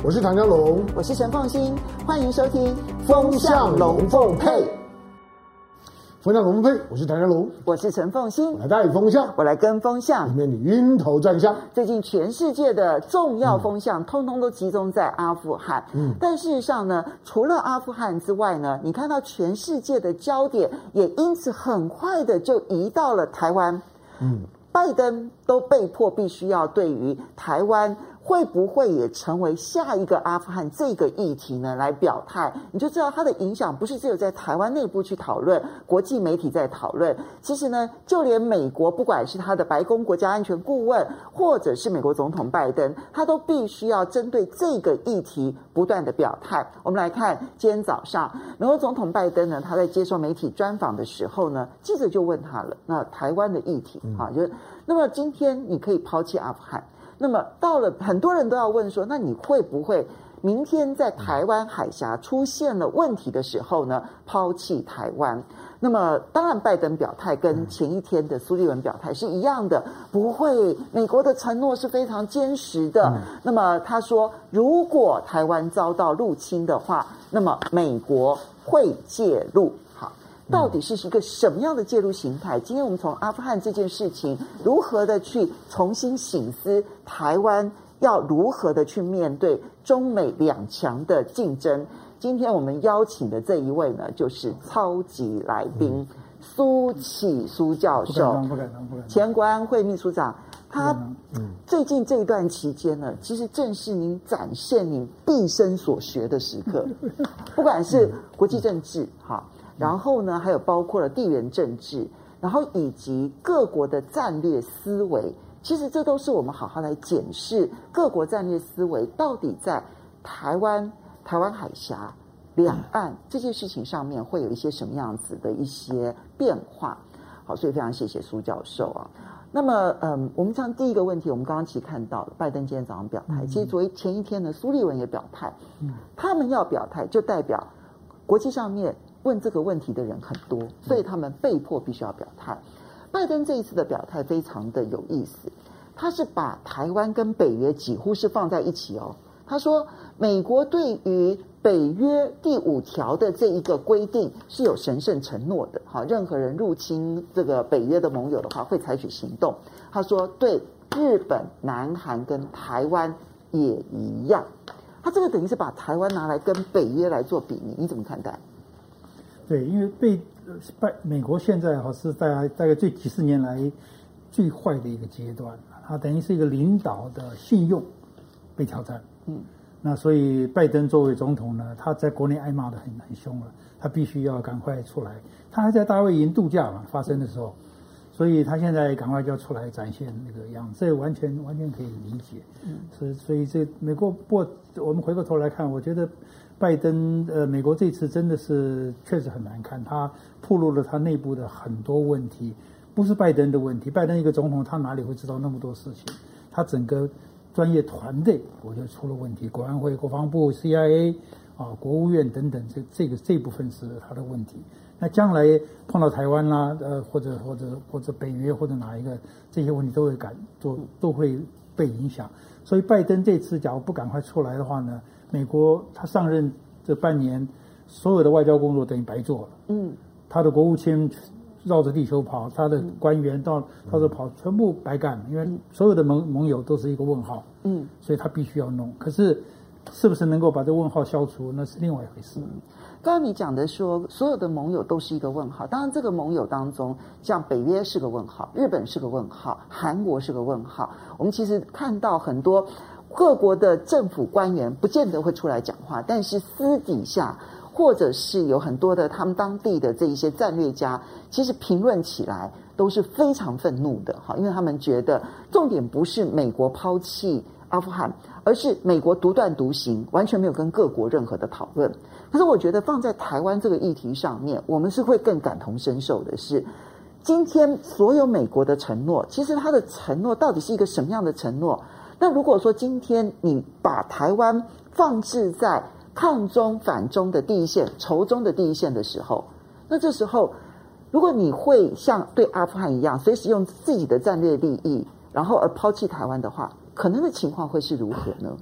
我是唐家龙， 我是陈凤馨，欢迎收听风向龙凤配。风向龙凤配，我是唐家龙， 我是陈凤馨， 我来带风向， 我来跟风向， 里面你晕头转向。 最近全世界的重要风向，通通都集中在阿富汗。但事实上呢，除了阿富汗之外呢，你看到全世界的焦点也因此很快的就移到了台湾。拜登都被迫必须要对于台湾会不会也成为下一个阿富汗这个议题呢来表态，你就知道它的影响不是只有在台湾内部去讨论，国际媒体在讨论。其实呢，就连美国不管是他的白宫国家安全顾问，或者是美国总统拜登，他都必须要针对这个议题不断的表态。我们来看今天早上美国总统拜登呢，他在接受媒体专访的时候呢，记者就问他了，那台湾的议题就是那么今天你可以抛弃阿富汗，那么到了很多人都要问说，那你会不会明天在台湾海峡出现了问题的时候呢，抛弃台湾？那么当然拜登表态跟前一天的苏利文表态是一样的，不会，美国的承诺是非常坚实的。那么他说，如果台湾遭到入侵的话，那么美国会介入。到底是一个什么样的介入形态？今天我们从阿富汗这件事情如何的去重新省思台湾要如何的去面对中美两强的竞争。今天我们邀请的这一位呢，就是超级来宾苏启苏教授，前国安会秘书长。他最近这一段期间呢，其实正是您展现您毕生所学的时刻，不管是国际政治然后呢，还有包括了地缘政治，然后以及各国的战略思维，其实这都是我们好好来检视各国战略思维到底在台湾海峡、两岸这件事情上面会有一些什么样子的一些变化。好，所以非常谢谢苏教授啊。那么，我们讲第一个问题，我们刚刚其实看到了，拜登今天早上表态，其实前一天呢，苏利文也表态，他们要表态，就代表国际上面问这个问题的人很多，所以他们被迫必须要表态。拜登这一次的表态非常的有意思，他是把台湾跟北约几乎是放在一起哦。他说，美国对于北约第5条的这一个规定是有神圣承诺的，任何人入侵这个北约的盟友的话，会采取行动。他说，对日本、南韩跟台湾也一样。他这个等于是把台湾拿来跟北约来做比拟，你怎么看待？ 对，因为美国现在是大概这几十年来最坏的一个阶段，它等于是一个领导的信用被挑战。那所以拜登作为总统呢，他在国内挨骂的很凶了，他必须要赶快出来。他还在大卫营度假嘛，发生的时候，所以他现在赶快就要出来展现那个样子，这完全可以理解。所以这美国，不过我们回过头来看，我觉得拜登美国这次真的是确实很难看，他暴露了他内部的很多问题，不是拜登的问题。拜登一个总统，他哪里会知道那么多事情？他整个专业团队我觉得出了问题，国安会、国防部、CIA 国务院等等，这部分是他的问题。那将来碰到台湾啦，或者北约或者哪一个，这些问题都会被影响。所以拜登这次假如不赶快出来的话呢，美国他上任这半年，所有的外交工作等于白做了。他的国务卿绕着地球跑，他的官员到处跑，全部白干了，因为所有的盟友都是一个问号。所以他必须要弄。可是是不是能够把这问号消除，那是另外一回事。 刚刚你讲的说，所有的盟友都是一个问号。当然，这个盟友当中，像北约是个问号，日本是个问号，韩国是个问号。我们其实看到很多各国的政府官员不见得会出来讲话，但是私底下或者是有很多的他们当地的这一些战略家，其实评论起来都是非常愤怒的，因为他们觉得重点不是美国抛弃阿富汗，而是美国独断独行，完全没有跟各国任何的讨论。可是我觉得放在台湾这个议题上面，我们是会更感同身受的是，今天所有美国的承诺，其实他的承诺到底是一个什么样的承诺？那如果说今天你把台湾放置在抗中反中的第一线、仇中的第一线的时候，那这时候如果你会像对阿富汗一样，随时用自己的战略利益，然后而抛弃台湾的话，可能的情况会是如何呢？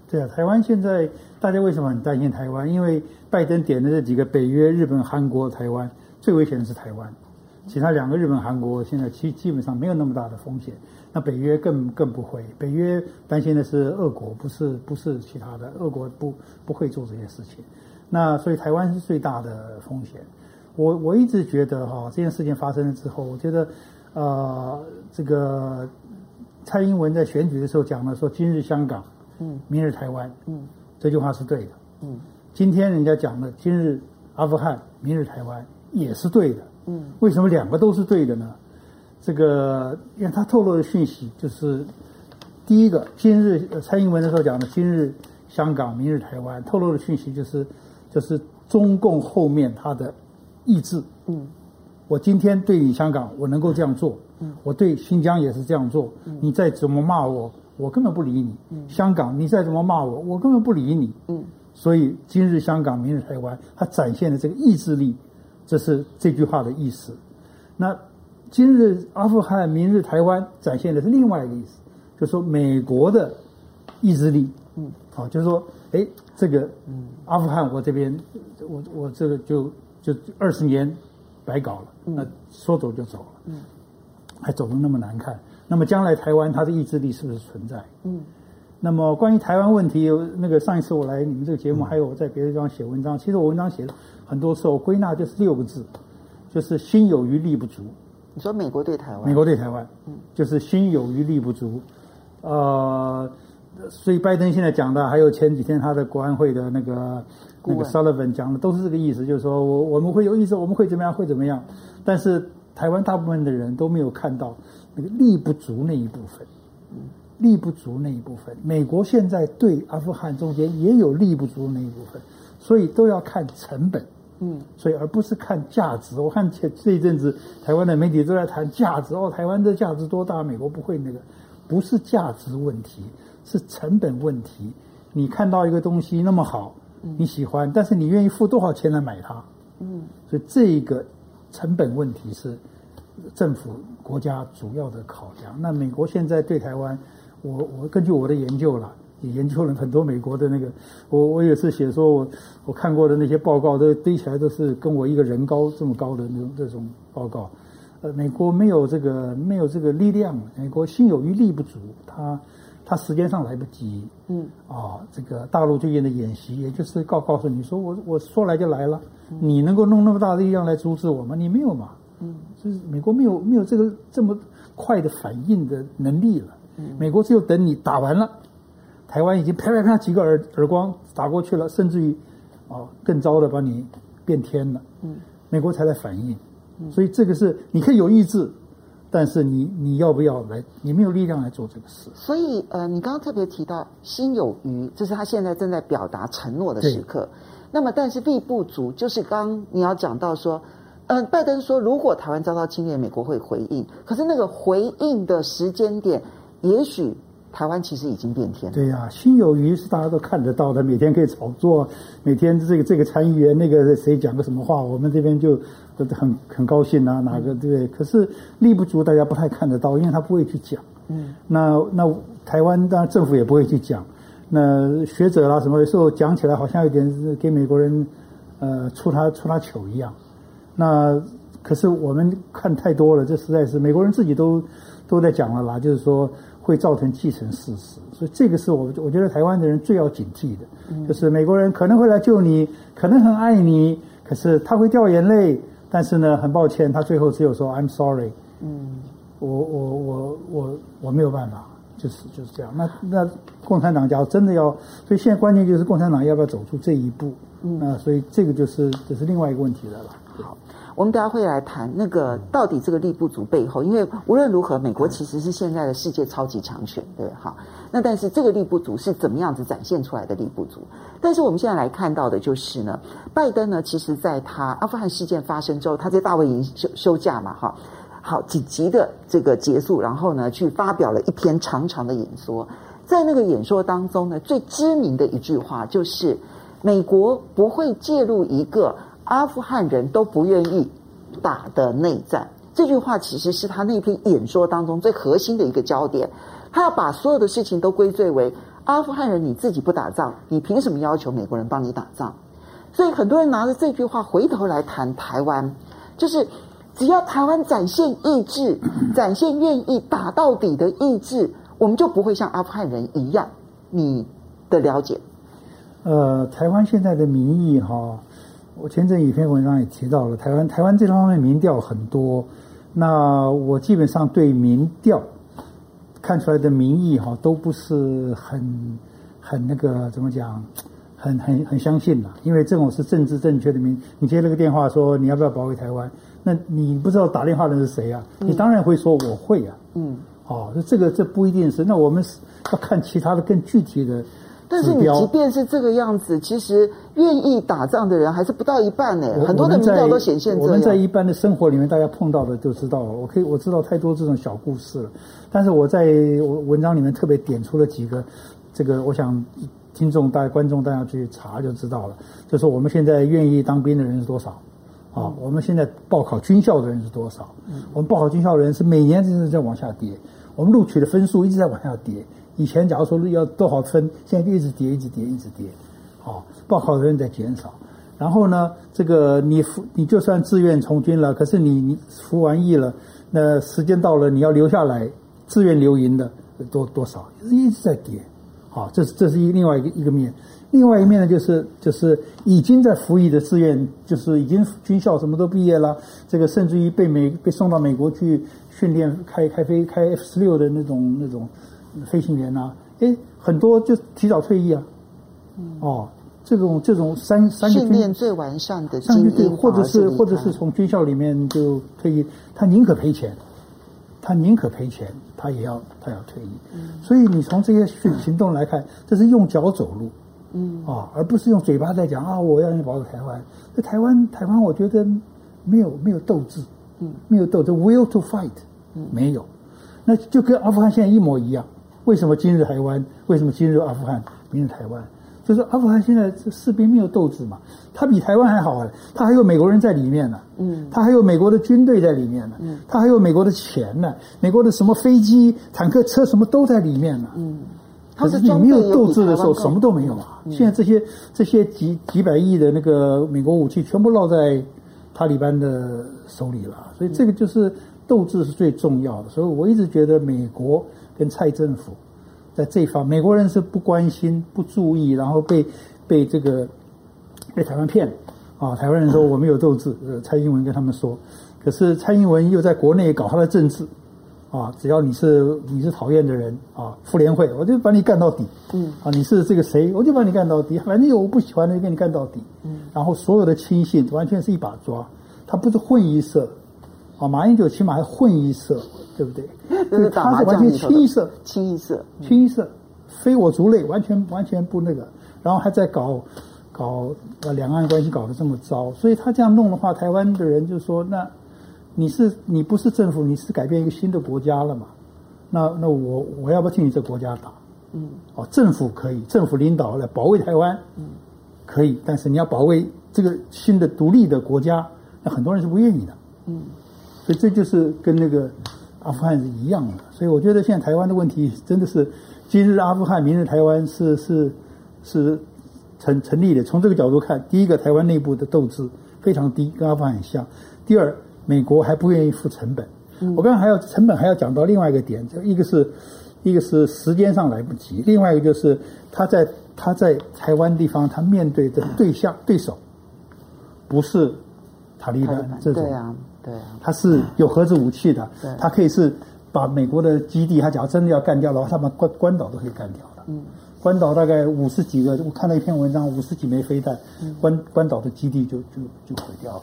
对啊，台湾现在大家为什么很担心台湾？因为拜登点的这几个北约、日本、韩国、台湾，最危险的是台湾，其他2个日本、韩国现在基本上没有那么大的风险。那北约更不会，北约担心的是俄国，不是其他的，俄国不会做这些事情。那所以台湾是最大的风险。我一直觉得这件事情发生了之后，我觉得这个蔡英文在选举的时候讲了说今日香港，明日台湾，这句话是对的，今天人家讲了今日阿富汗，明日台湾也是对的，为什么2个都是对的呢？这个因为他透露的讯息就是第一个，今日蔡英文的时候讲的今日香港，明日台湾，透露的讯息就是中共后面他的意志，我今天对你香港我能够这样做，我对新疆也是这样做，你再怎么骂我根本不理你，香港你再怎么骂我根本不理你，所以今日香港，明日台湾，他展现的这个意志力，这是这句话的意思。那今日阿富汗，明日台湾，展现的是另外一个意思，就是说美国的意志力，就是说，这个阿富汗我这边，我这个就20年白搞了，那说走就走了，还走得那么难看。那么将来台湾它的意志力是不是存在？那么关于台湾问题，那个上一次我来你们这个节目，还有我在别的地方写文章，其实我文章写了很多次，我归纳就是6个字，就是心有余力不足。 你说美国对台湾？ 美国对台湾，就是心有余力不足。所以拜登现在讲的，还有前几天他的国安会的那个 Sullivan 讲的，都是这个意思，就是说我们会有意思，我们会怎么样，会怎么样。但是台湾大部分的人都没有看到那个力不足那一部分，力不足那一部分。美国现在对阿富汗中间也有力不足那一部分，所以都要看成本。所以而不是看价值。我看这一阵子台湾的媒体都在谈价值，台湾的价值多大，美国不会那个，不是价值问题，是成本问题。你看到一个东西那么好，你喜欢，但是你愿意付多少钱来买它？所以这个成本问题是政府国家主要的考量。那美国现在对台湾，我根据我的研究了。也研究了很多美国的那个，我有次写说我看过的那些报告都堆起来都是跟我一个人高这么高的这种报告。美国没有这个力量，美国心有余力不足，他时间上来不及。这个大陆最近的演习，也就是告诉你说我说来就来了，你能够弄那么大的力量来阻止我吗？你没有嘛。就是美国没有这个这么快的反应的能力了。美国只有等你打完了。台湾已经啪啪啪几个耳光打过去了，甚至于更糟的把你变天了。美国才来反应。所以这个是你可以有意志，但是你要不要来？你没有力量来做这个事。 所以你刚刚特别提到心有余，这是他现在正在表达承诺的时刻。那么但是力不足，就是刚你要讲到说，拜登说如果台湾遭到侵略，美国会回应，可是那个回应的时间点，也许台湾其实已经变天了。 对呀，心有余是大家都看得到的，每天可以炒作，每天这个参议员那个谁讲个什么话，我们这边就很高兴啊，哪个对不对？可是力不足，大家不太看得到，因为他不会去讲。那台湾当然政府也不会去讲，那学者啦什么有时候讲起来好像有点是给美国人出他糗一样。那可是我们看太多了，这实在是美国人自己都在讲了啦，就是说会造成既成事实，所以这个是我觉得台湾的人最要警惕的，就是美国人可能会来救你，可能很爱你，可是他会掉眼泪，但是呢，很抱歉，他最后只有说 I'm sorry，我没有办法，就是这样。那共产党假如真的要，所以现在关键就是共产党要不要走出这一步，所以这个就是另外一个问题了。 好。我们大家会来谈那个到底这个力不足背后，因为无论如何，美国其实是现在的世界超级强权，对哈。那但是这个力不足是怎么样子展现出来的力不足？但是我们现在来看到的就是呢，拜登呢，其实在他阿富汗事件发生之后，他在大卫营休假嘛，哈，好紧急的这个结束，然后呢，去发表了一篇长长的演说。在那个演说当中呢，最知名的一句话就是：美国不会介入一个阿富汗人都不愿意打的内战。这句话其实是他那篇演说当中最核心的一个焦点。他要把所有的事情都归罪为阿富汗人你自己不打仗，你凭什么要求美国人帮你打仗？所以很多人拿着这句话回头来谈台湾，就是只要台湾展现意志，展现愿意打到底的意志，我们就不会像阿富汗人一样。你的了解？ 台湾现在的民意哈，我前阵一篇文章也提到了，台湾这方面民调很多，那我基本上对民调看出来的民意哈都不是很那个怎么讲，很相信啦，因为这种是政治正确的你接了个电话说你要不要保卫台湾，那你不知道打电话的是谁啊？你当然会说我会啊。这不一定是，那我们要看其他的更具体的。 但是你即便是这个样子，其实愿意打仗的人还是不到一半呢。很多的民调都显现这样。 我们在一般的生活里面，大家碰到的就知道了。我知道太多这种小故事了。但是我在文章里面特别点出了几个，这个我想听众观众大家去查就知道了。就是我们现在愿意当兵的人是多少啊？我们现在报考军校的人是多少？我们报考军校的人是每年就是在往下跌，我们录取的分数一直在往下跌。以前假如说要多少分，现在就一直跌，报考的人在减少。然后呢，这个你就算自愿从军了，可是你服完役了，那时间到了你要留下来，自愿留营的多少，一直在跌。这是另外一个面。另外一面呢，就是已经在服役的志愿，就是已经军校什么都毕业了，这个甚至于被送到美国去训练开 F-16的那种飞行员啊，很多就提早退役啊。这种三个训练最完善的精英， 或者是从军校里面就退役，他宁可赔钱，他也要退役。所以你从这些行动来看，这是用脚走路，而不是用嘴巴在讲我要你保卫台湾。在台湾，我觉得没有斗志，没有斗志 ，will to fight，没有。那就跟阿富汗现在一模一样。为什么今日台湾？为什么今日阿富汗，明日台湾？就是阿富汗现在士兵没有斗志嘛，他比台湾还好，他还有美国人在里面呢，他还有美国的军队在里面呢，他还有美国的钱呢，美国的什么飞机、坦克车什么都在里面呢。可是你没有斗志的时候，什么都没有啊。现在这些几百亿的那个美国武器全部落在塔利班的手里了，所以这个就是斗志是最重要的。所以我一直觉得美国跟蔡政府在这一方，美国人是不关心、不注意，然后被台湾骗啊！台湾人说我没有斗志，蔡英文跟他们说，可是蔡英文又在国内搞他的政治啊！只要你是讨厌的人啊，妇联会我就把你干到底，你是这个谁我就把你干到底，反正有我不喜欢的就跟你干到底，然后所有的亲信完全是一把抓，他不是混一色。马英九起码还混一色，对不对？ 就是他是完全清一色，非我族类，完全不那个。然后还在搞两岸关系搞得这么糟，所以他这样弄的话，台湾的人就说：那你不是政府，你是改变一个新的国家了嘛？那我要不要替你这个国家打？政府可以，政府领导来保卫台湾，可以，但是你要保卫这个新的独立的国家，那很多人是不愿意的。所以这就是跟那个阿富汗是一样的。所以我觉得现在台湾的问题真的是今日阿富汗，明日台湾是成立的。从这个角度看，第一个，台湾内部的斗志非常低，跟阿富汗很像；第二，美国还不愿意付成本。我刚才成本还要讲到另外一个点，一个是时间上来不及，另外一个就是他在台湾地方，他面对的对手不是塔利班这种。 对啊， 他是有核子武器的，他可以是把美国的基地，他假如真的要干掉的话，他把关岛都可以干掉的。关岛大概50几个，我看到一篇文章，50几枚飞弹，关岛的基地就毁掉了。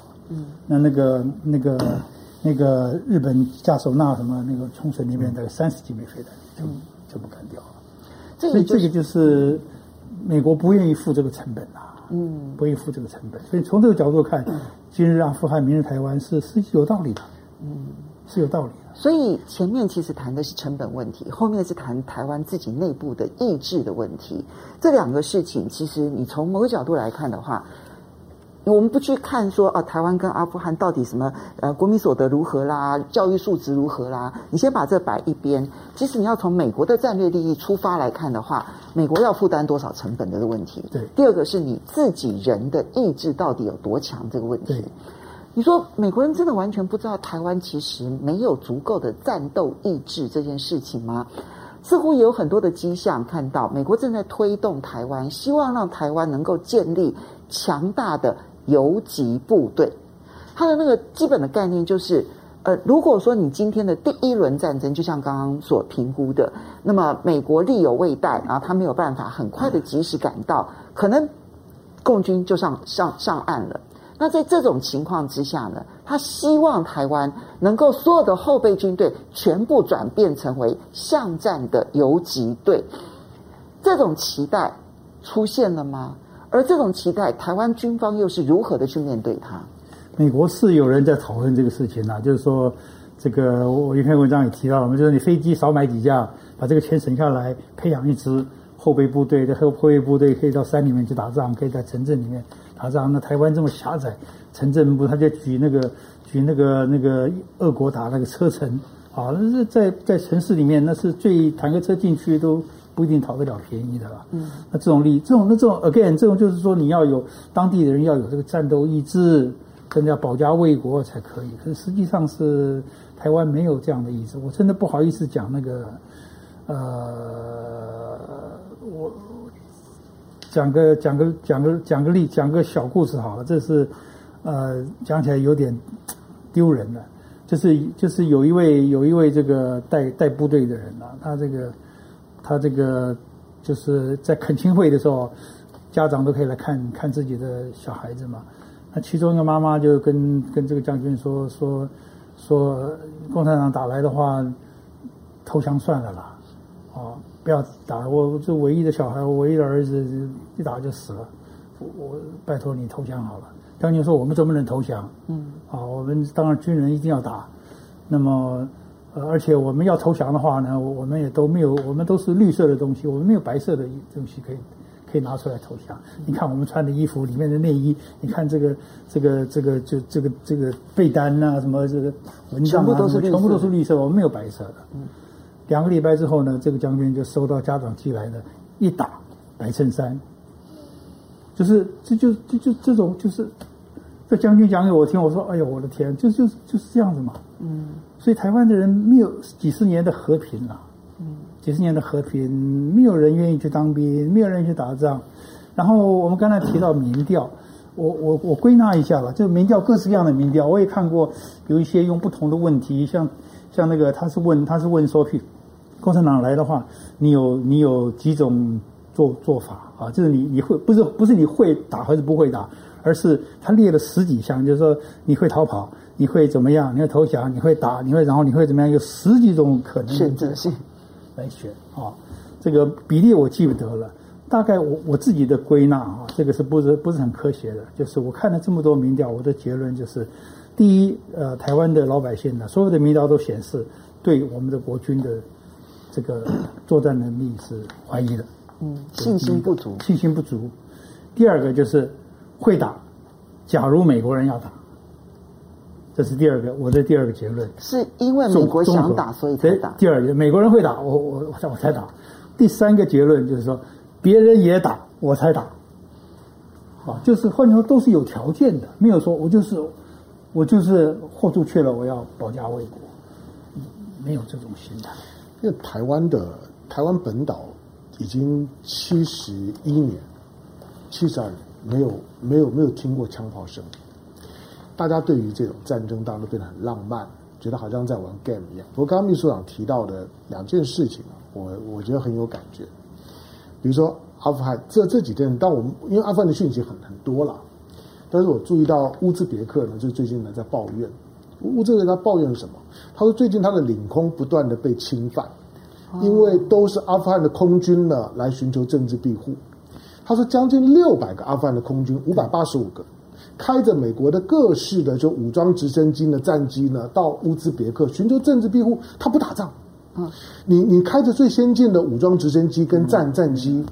那个日本加手纳什么那个冲绳那边大概30几枚飞弹就不干掉了。所以这个就是美国不愿意付这个成本啊。不愿意付这个成本，所以从这个角度看，今日阿富汗，明日台湾是有道理的，是有道理的。 所以前面其实谈的是成本问题，后面是谈台湾自己内部的意志的问题。这两个事情，其实你从某个角度来看的话， 我们不去看说台湾跟阿富汗到底什么国民所得如何啦，教育素质如何啦，你先把这摆一边。其实你要从美国的战略利益出发来看的话，美国要负担多少成本的问题。 对。 第二个是你自己人的意志到底有多强这个问题。你说美国人真的完全不知道台湾其实没有足够的战斗意志这件事情吗？似乎也有很多的迹象看到美国正在推动台湾，希望让台湾能够建立强大的游击部队。它的那个基本的概念就是如果说你今天的第一轮战争就像刚刚所评估的，那么美国力有未逮，然后他没有办法很快的及时赶到，可能共军就上岸了。那在这种情况之下呢，他希望台湾能够所有的后备军队全部转变成为巷战的游击队。这种期待出现了吗？而这种期待，台湾军方又是如何的去面对它？ 美国是有人在讨论这个事情就是说，这个我一篇文章也提到了，就是你飞机少买几架，把这个钱省下来，培养一支后备部队，这后备部队可以到山里面去打仗，可以在城镇里面打仗。那台湾这么狭窄，城镇部他就举那个俄国打那个车臣那是在城市里面，那是坦克车进去都不一定讨得了便宜的了。那这种again， 这种就是说你要有当地的人要有这个战斗意志，真的要保家卫国才可以。可是实际上是台湾没有这样的意志。我真的不好意思讲那个我讲个小故事好了，这是讲起来有点丢人的，就是有一位这个带部队的人他这个就是在恳亲会的时候，家长都可以来看自己的小孩子嘛。那其中一个妈妈就跟这个将军说，共产党打来的话，投降算了啦，不要打，我这唯一的小孩，我唯一的儿子一打就死了，我拜托你投降好了。将军说我们怎么能投降？我们当然军人一定要打，那么而且我们要投降的话呢，我们也都没有，我们都是绿色的东西，我们没有白色的东西可以拿出来投降。你看我们穿的衣服里面的内衣，你看这个被单啊，什么这个蚊帐啊，全部都是绿色的，我们没有白色的。2个礼拜之后呢，这个将军就收到家长寄来的一打白衬衫，就是这种就是这将军讲给我听，我说哎呦我的天，就是这样子嘛。所以台湾的人没有几十年的和平了。几十年的和平，没有人愿意去当兵，没有人去打仗。然后我们刚才提到民调，我归纳一下了，就民调各式各样的民调，我也看过，有一些用不同的问题，像那个他是问说，共产党来的话，你有几种做法就是你会不是你会打还是不会打，而是他列了10几项，就是说你会逃跑，你会怎么样，你会投降，你会打，然后你会怎么样，有10几种可能选择性来选这个比例我记不得了，大概我自己的归纳这个是不是很科学的？就是我看了这么多民调，我的结论就是，第一，台湾的老百姓呢，所有的民调都显示对我们的国军的这个作战能力是怀疑的， 信心不足。 第二个就是会打，假如美国人要打。这是我的第二个结论， 是因为美国想打所以才打。 第二个，美国人会打，我才打。第三个结论就是说，别人也打，我才打。就是换句话说，都是有条件的，没有说我就是豁出去了，我要保家卫国，没有这种心态。 因为台湾本岛已经71年、72年没有听过枪炮声。大家对于这种战争当然都变得很浪漫，觉得好像在玩 game 一样。不过刚刚秘书长提到的2件事情我觉得很有感觉。比如说阿富汗这几天，因为阿富汗的讯息很多了，但是我注意到乌兹别克呢，就最近呢在抱怨。乌兹别克他抱怨什么？他说最近他的领空不断的被侵犯，因为都是阿富汗的空军呢来寻求政治庇护。他说将近600个阿富汗的空军，585个。开着美国的各式的就武装直升机的战机呢，到乌兹别克寻求政治庇护，他不打仗。你开着最先进的武装直升机跟战机，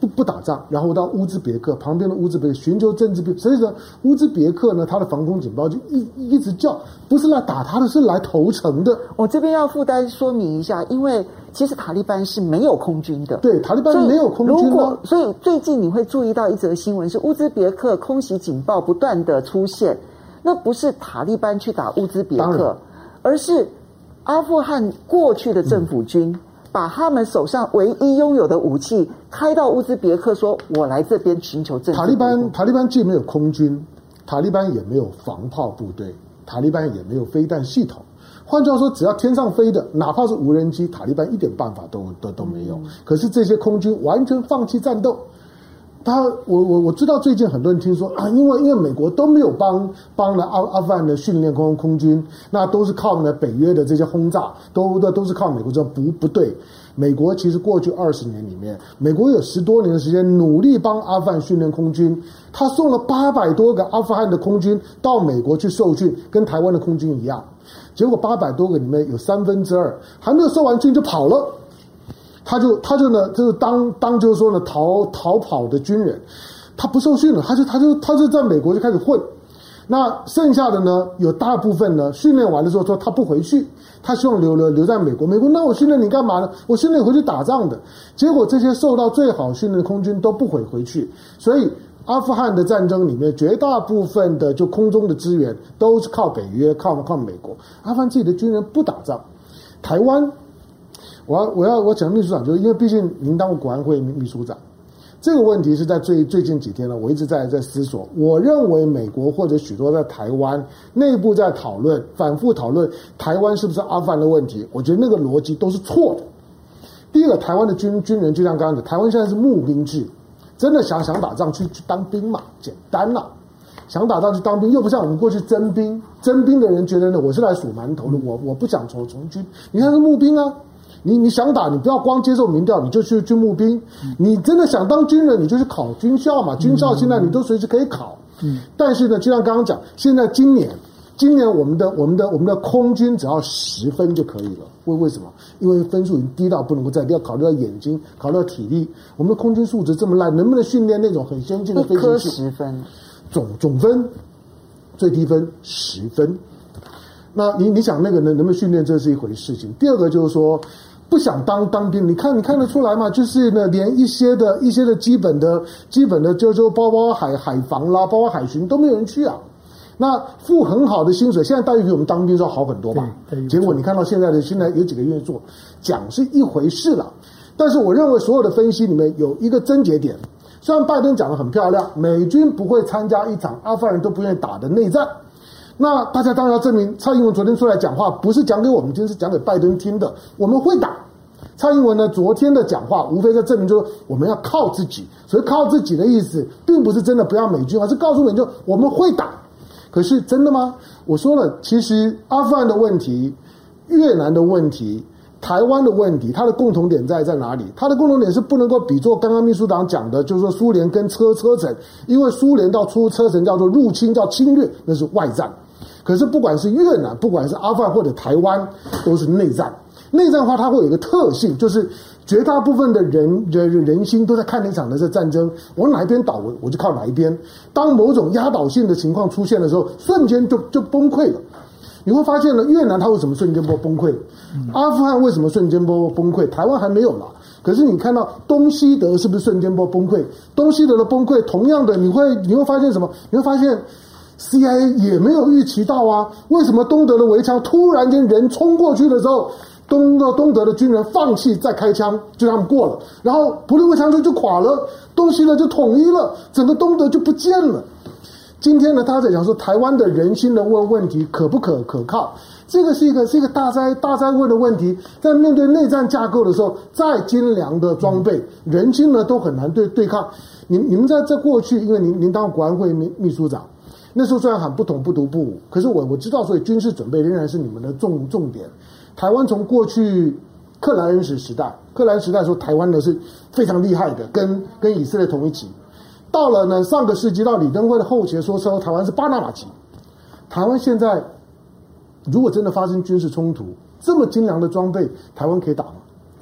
不打仗，然后到乌兹别克旁边的乌兹别克寻求政治避，所以说乌兹别克呢，它的防空警报就一直叫，不是来打他的，是来投诚的。 我这边要附带说明一下，因为其实塔利班是没有空军的， 对，塔利班没有空军的。 所以最近你会注意到一则新闻，是乌兹别克空袭警报不断的出现，那不是塔利班去打乌兹别克，而是阿富汗过去的政府军。把他们手上唯一拥有的武器开到乌兹别克，说我来这边寻求政治。 塔利班既没有空军，塔利班也没有防炮部队，塔利班也没有飞弹系统。换句话说，只要天上飞的，哪怕是无人机，塔利班一点办法都没有。可是这些空军完全放弃战斗。我知道最近很多人听说啊，因为美国都没有帮了阿富汗的训练空军，那都是靠呢北约的这些轰炸，都是靠美国。这不对，美国其实过去20年里面，美国有10多年的时间努力帮阿富汗训练空军，他送了800多个阿富汗的空军到美国去受训，跟台湾的空军一样。结果800多个里面有2/3还没有受完训就跑了。他就呢，就是当就是说呢，逃跑的军人，他不受训了，他就在美国就开始混。那剩下的呢，有大部分呢，训练完了之后说他不回去，他希望留在美国。美国那我训练你干嘛呢？我训练回去打仗的。结果这些受到最好训练的空军都不回去，所以阿富汗的战争里面，绝大部分的就空中的支援都是靠北约，靠美国。阿富汗自己的军人不打仗。台湾。我讲秘书长，就是因为毕竟您当过国安会秘书长，这个问题是在最近几天呢，我一直在思索。我认为美国或者许多在台湾内部在讨论，反复讨论台湾是不是阿富汗的问题，我觉得那个逻辑都是错的。第一个，台湾的军人就像刚刚讲，台湾现在是募兵制，真的想打仗去当兵嘛，简单啦。想打仗去当兵，又不像我们过去征兵的人觉得呢，我是来数馒头的，我不想从军。你看是募兵啊。你想打，你不要光接受民调，你就去募兵。你真的想当军人，你就去考军校嘛。军校现在你都随时可以考。但是呢，就像刚刚讲，现在今年我们的空军只要10分就可以了。为什么？因为分数已经低到不能够再低，要考虑到眼睛，考虑到体力。我们的空军素质这么烂，能不能训练那种很先进的飞行器 ？10分， 总分最低分10分。那你想那个能不能训练，这是一回事情。第二个就是说。不想当兵，你看得出来嘛？就是呢，连一些的基本的，就包括海防啦，包括海巡都没有人去啊。那付很好的薪水，现在待遇比我们当兵要好很多吧？结果你看到现在有几个愿意做，讲是一回事了。但是我认为所有的分析里面有一个症结点，虽然拜登讲得很漂亮，美军不会参加一场阿富汗人都不愿意打的内战。那大家当然要证明，蔡英文昨天出来讲话不是讲给我们听，是讲给拜登听的。我们会打。蔡英文呢，昨天的讲话无非在证明，就是我们要靠自己。所以靠自己的意思，并不是真的不要美军，而是告诉美军我们会打。可是真的吗？我说了，其实阿富汗的问题、越南的问题、台湾的问题，它的共同点在哪里？它的共同点是不能够比作刚刚秘书长讲的，就是说苏联跟车臣，因为苏联到出车臣叫做入侵，叫侵略，那是外战。可是不管是越南，不管是阿富汗或者台湾，都是内战。内战的话，它会有一个特性，就是绝大部分的人心都在看那场的这战争，往哪一边倒，我就靠哪一边。当某种压倒性的情况出现的时候，瞬间就崩溃了。你会发现呢，越南它为什么瞬间崩溃？阿富汗为什么瞬间崩溃？台湾还没有啦。可是你看到东西德是不是瞬间崩溃？东西德的崩溃，同样的，你会发现什么？你会发现。CIA 也没有预期到啊，为什么东德的围墙突然间人冲过去的时候，东德的军人放弃再开枪，就让他们过了，然后柏林围墙就垮了，东西德就统一了，整个东德就不见了。今天呢，大家在讲说台湾的人心的问题可不可靠，这个是一个大灾问的问题。在面对内战架构的时候，再精良的装备，人心呢都很难对抗。你们在过去，因为您当国安会秘书长。那时候虽然喊不统不独不武，可是我知道，所以军事准备仍然是你们的重点。台湾从过去克莱恩时代的时候，台湾呢是非常厉害的，跟以色列同一级。到了呢上个世纪，到李登辉的后期说台湾是巴拿马级。台湾现在如果真的发生军事冲突，这么精良的装备，台湾可以打吗？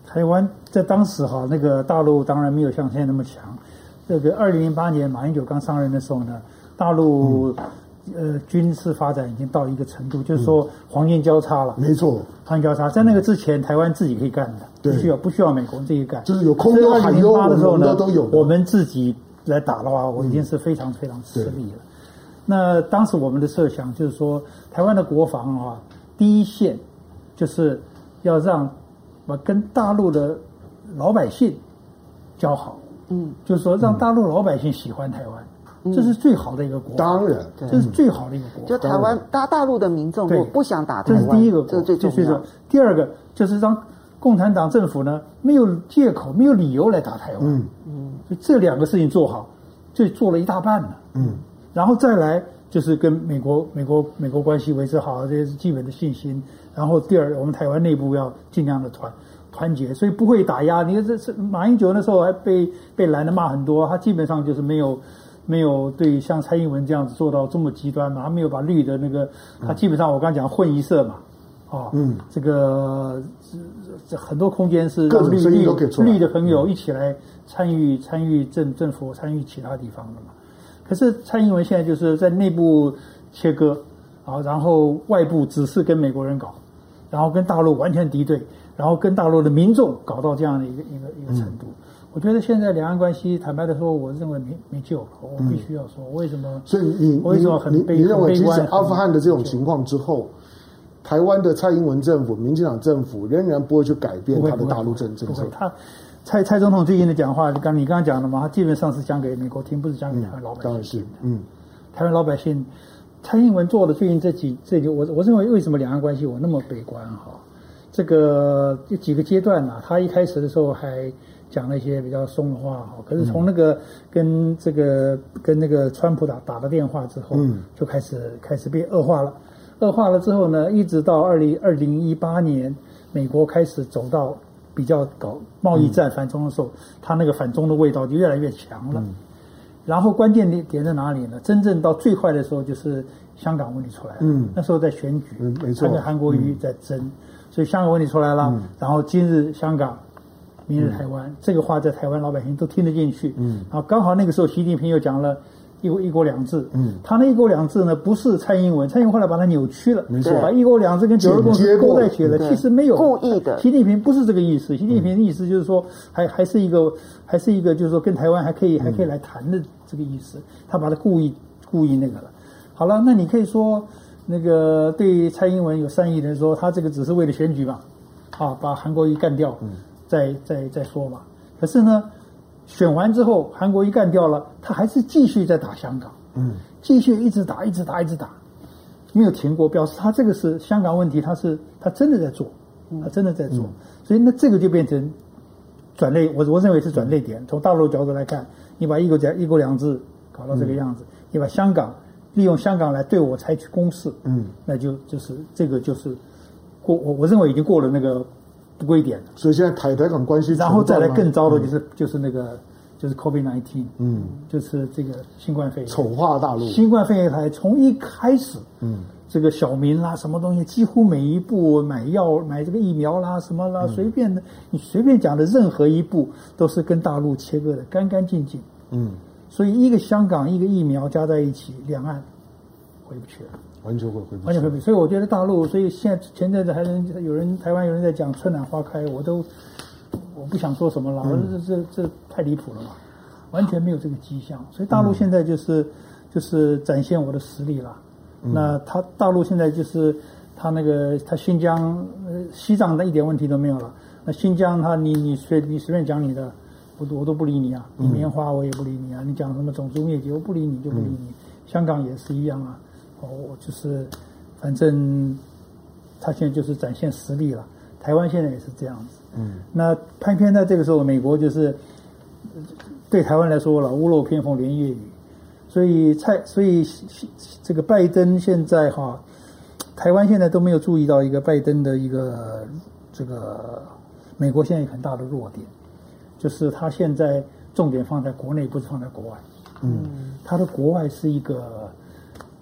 台湾在当时哈，那个大陆当然没有像现在那么强。这个2008年马英九刚上任的时候呢，大陆军事发展已经到一个程度，就是说黄金交叉了。 没错， 黄金交叉在那个之前，台湾自己可以干的，不需要美国自己干。 就是有空优、海优， 的时候呢， 都有。 我们自己来打的话，我已经是非常非常吃力了。那当时我们的设想就是说，台湾的国防啊，第一线就是要让跟大陆的老百姓交好，就是说让大陆老百姓喜欢台湾，这是最好的一个国。 当然， 这是最好的一个国。 就台湾大陆的民众不想打台湾， 这是第一个， 这是最重要的。 第二个就是让共产党政府呢没有借口、没有理由来打台湾。所以这两个事情做好，就做了一大半了。然后再来就是跟美国关系维持好，这是基本的信心。然后第二，我们台湾内部要尽量的团结，所以不会打压。你看这是马英九那时候还被蓝的骂很多，他基本上就是没有对像蔡英文这样子做到这么极端嘛，他没有把绿的那个，他基本上我刚讲混一色嘛，这个很多空间是让绿的朋友一起来参与政府，参与其他地方的嘛。可是蔡英文现在就是在内部切割啊，然后外部只是跟美国人搞，然后跟大陆完全敌对，然后跟大陆的民众搞到这样的一个程度。我觉得现在两岸关系，坦白的说，我认为没救了。我必须要说，为什么？ 所以你认为，即使阿富汗的这种情况之后，台湾的蔡英文政府、民进党政府仍然不会去改变他的大陆政策。 蔡总统最近的讲话，你刚刚讲的嘛，他基本上是讲给美国听，不是讲给台湾老百姓。 当然是， 台湾老百姓，蔡英文做的最近这几，我认为为什么两岸关系我那么悲观哈？这个几个阶段啊，他一开始的时候还讲了一些比较松的话哈，可是从那个跟那个川普打了电话之后，就开始变恶化了。恶化了之后呢，一直到2018年，美国开始走到比较搞贸易战反中的时候，他那个反中的味道就越来越强了。然后关键点在哪里呢？真正到最坏的时候就是香港问题出来了。那时候在选举， 没错， 他跟韩国瑜在争，所以香港问题出来了。然后今日香港，明日台湾，这个话在台湾老百姓都听得进去。然后刚好那个时候习近平又讲了一国两制。他那一国两制呢，不是蔡英文后来把它扭曲了， 没错， 把一国两制跟九二共识勾在一起了。其实没有故意的， 习近平不是这个意思。习近平的意思就是说，还是一个就是说跟台湾还可以来谈的这个意思。他把它故意那个了。好了，那你可以说那个对蔡英文有善意的人说，他这个只是为了选举嘛，把韩国瑜干掉，再说嘛。可是呢，选完之后，韩国瑜干掉了，他还是继续在打香港，继续一直打，没有停过，表示他这个是香港问题，他真的在做，他真的在做。所以那这个就变成转类，我认为是转类点。从大陆角度来看，你把一国两制搞到这个样子，你把香港利用香港来对我采取攻势，那就是这个就是我认为已经过了那个不归点了。 所以现在台港关系， 然后再来更糟的就是那个就是 COVID-19，就是这个新冠肺炎丑化大陆。 新冠肺炎还从一开始，这个小民啦，什么东西，几乎每一步买这个疫苗啦，什么啦，你随便讲的任何一步都是跟大陆切割的干干净净。所以一个香港一个疫苗加在一起，两岸回不去了， 完全回不去。 所以我觉得大陆，所以现在前阵子台湾有人在讲春暖花开，我不想说什么了，这太离谱了嘛，完全没有这个迹象。所以大陆现在就是展现我的实力了。那大陆现在就是他新疆西藏的一点问题都没有了。那新疆你随便讲你的，我都不理你啊！你棉花我也不理你啊！你讲什么种族灭绝，我不理你就不理你。香港也是一样啊！我就是反正他现在就是展现实力了。台湾现在也是这样子。那偏偏在这个时候，美国就是对台湾来说了，屋漏偏逢连夜雨。所以这个拜登现在台湾现在都没有注意到一个拜登的一个这个美国现在有很大的弱点。就是他现在重点放在国内，不是放在国外。他的国外是一个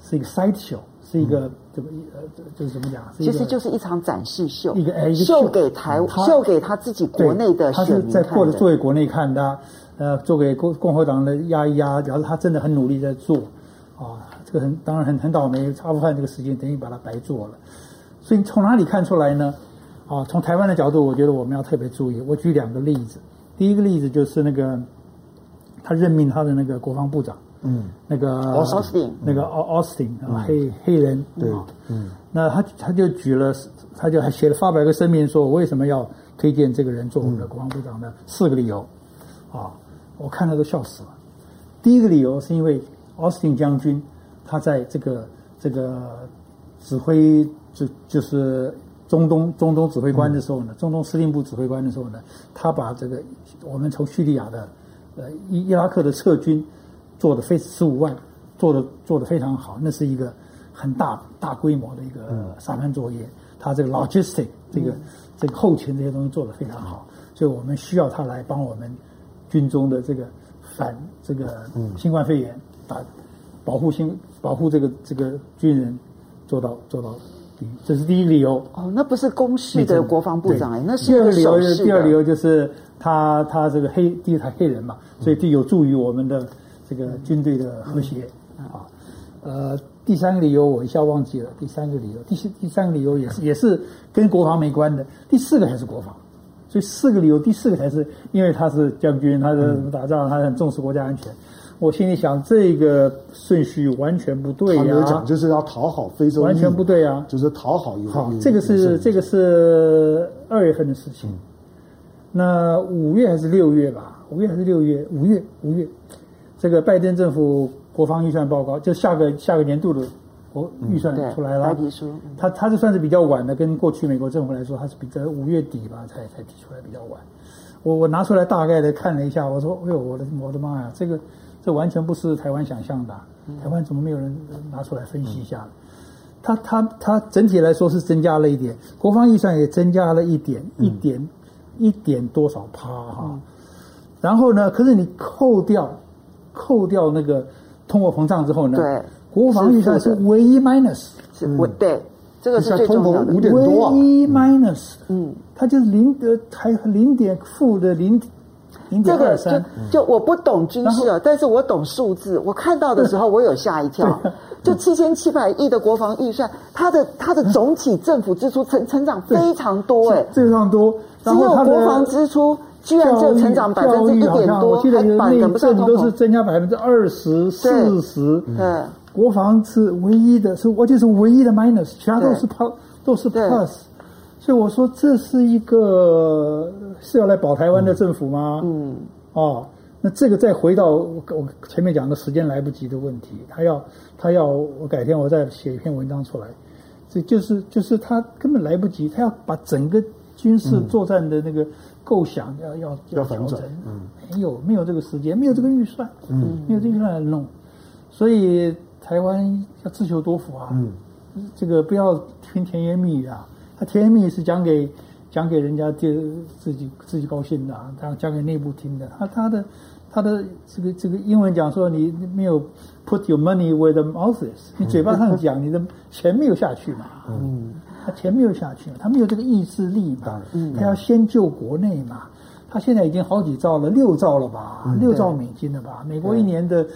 是一个 side show， 是一个就是怎么讲？ 其实就是一场展示秀， 一个秀给秀给他自己国内的选民看的。 他是在做给国内看的，做给共和党的压一压，表示他真的很努力在做啊。这个当然很倒霉，阿富汗这个时间等于把它白做了。所以从哪里看出来呢？啊，从台湾的角度，我觉得我们要特别注意。我举2个例子。第一个例子就是那个他任命他的那个国防部长，那个 Austin， 那个 Austin 啊，黑人， 对， 那他就举了，他就还写了发表一个声明，说我为什么要推荐这个人做我们的国防部长的4个理由，啊，我看了都笑死了。第一个理由是因为 Austin 将军他在这个指挥就是中东指挥官的时候呢，中东司令部指挥官的时候呢，他把这个我们从叙利亚的伊拉克的撤军做的15万，做的非常好，那是一个很大规模的一个沙盘作业。他这个 logistic 这个后勤这些东西做得非常好，所以我们需要他来帮我们军中的这个反这个新冠肺炎保护这个军人做到。这是第一个理由。 哦，那不是公式的国防部长那是第二个理由。 第二个理由就是他这个第一他黑人嘛，所以有助于我们的这个军队的和谐啊。第3个理由我一下忘记了。第3个理由，第3个理由也是跟国防没关的。第4个才是国防。所以4个理由，第4个才是因为他是将军，他是打仗，他很重视国家安全。我心里想，这个顺序完全不对呀！ 他没有讲，就是要讨好非洲裔， 完全不对啊！ 就是讨好好，这个是2月份的事情。那5月还是6月吧？5月还是6月？5月，这个拜登政府国防预算报告，就下个年度的预算出来了。 白皮书， 他这算是比较晚的，跟过去美国政府来说，他是比在5月底吧才提出来，比较晚。我拿出来大概的看了一下，我说：“哎呦，我的妈呀，这完全不是台湾想象的，台湾怎么没有人拿出来分析一下？它整体来说是增加了一点，国防预算也增加了一点多少%哈。然后呢，可是你扣掉那个通货膨胀之后呢， 对， 国防预算是唯一 minus， 对，这个是最重要的 ，5.多啊， 唯一 minus，它就是负的0.23。 这个就我不懂军事啊，但是我懂数字。我看到的时候，我有吓一跳。就7700亿的国防预算，它的总体政府支出成长非常多非常多。 只有国防支出居然就成长1%多， 我记得有赶不上通膨， 都是增加20%、40%。 对， 国防是唯一的，而且是唯一的 minus， 其他都是 plus。所以我说，这是要来保台湾的政府吗？那这个再回到我前面讲的时间来不及的问题，他要我改天我再写一篇文章出来，这就是他根本来不及，他要把整个军事作战的那个构想要调整，没有这个时间，没有这个预算，没有这个预算来弄，所以台湾要自求多福啊，这个不要听甜言蜜语啊。他甜言蜜语是讲给人家自己高兴的，讲给内部听的。他的这个英文讲说，你没有 put your money where the mouth is， 你嘴巴上讲，你的钱没有下去嘛。他钱没有下去嘛，他没有这个意志力嘛。他要先救国内嘛。他现在已经好几兆了，6兆了吧，6兆美金了吧？美国一年的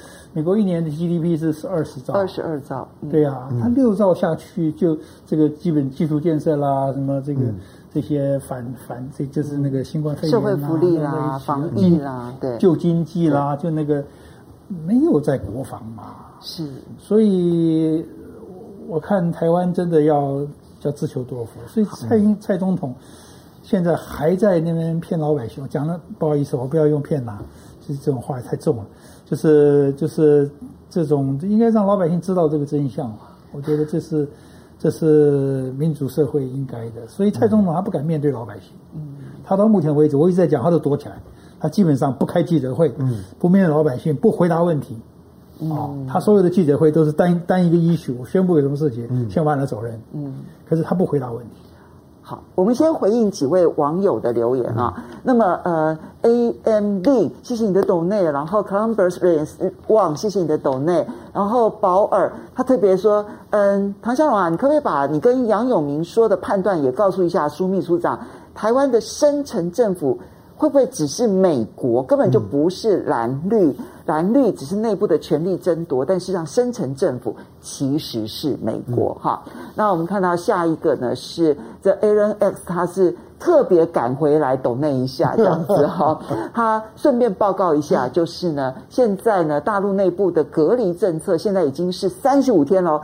GDP 是20兆 ，22兆。 对啊，他6兆下去，就这个基本基础建设啦，什么这些这就是那个新冠肺炎社会福利啦、防疫啦，对， 救经济啦，就那个没有在国防嘛。 是， 所以我看台湾真的要自求多福。所以蔡总统现在还在那边骗老百姓，我讲了不好意思，我不要用骗啦，就是这种话太重了，就是这种应该让老百姓知道这个真相嘛。我觉得这是民主社会应该的，所以蔡总统他不敢面对老百姓，他到目前为止我一直在讲，他都躲起来，他基本上不开记者会，不面对老百姓，不回答问题，他所有的记者会都是单一个issue，我宣布有什么事情，宣完了走人，可是他不回答问题。 好，我们先回应几位网友的留言啊。那么AMB 谢谢你的抖内，然后 Columbus Wang 谢谢你的抖内，然后保尔他特别说，唐湘龙啊，你可不可以把你跟杨永明说的判断也告诉一下苏秘书长？台湾的深层政府会不会只是美国，根本就不是蓝绿？蓝绿只是内部的权力争夺，但事实上深层政府其实是美国哈。那我们看到下一个呢是这 Aaron X， 他是特别赶回来抖内一下这样子哈。他顺便报告一下，就是呢，现在呢大陆内部的隔离政策现在已经是35天了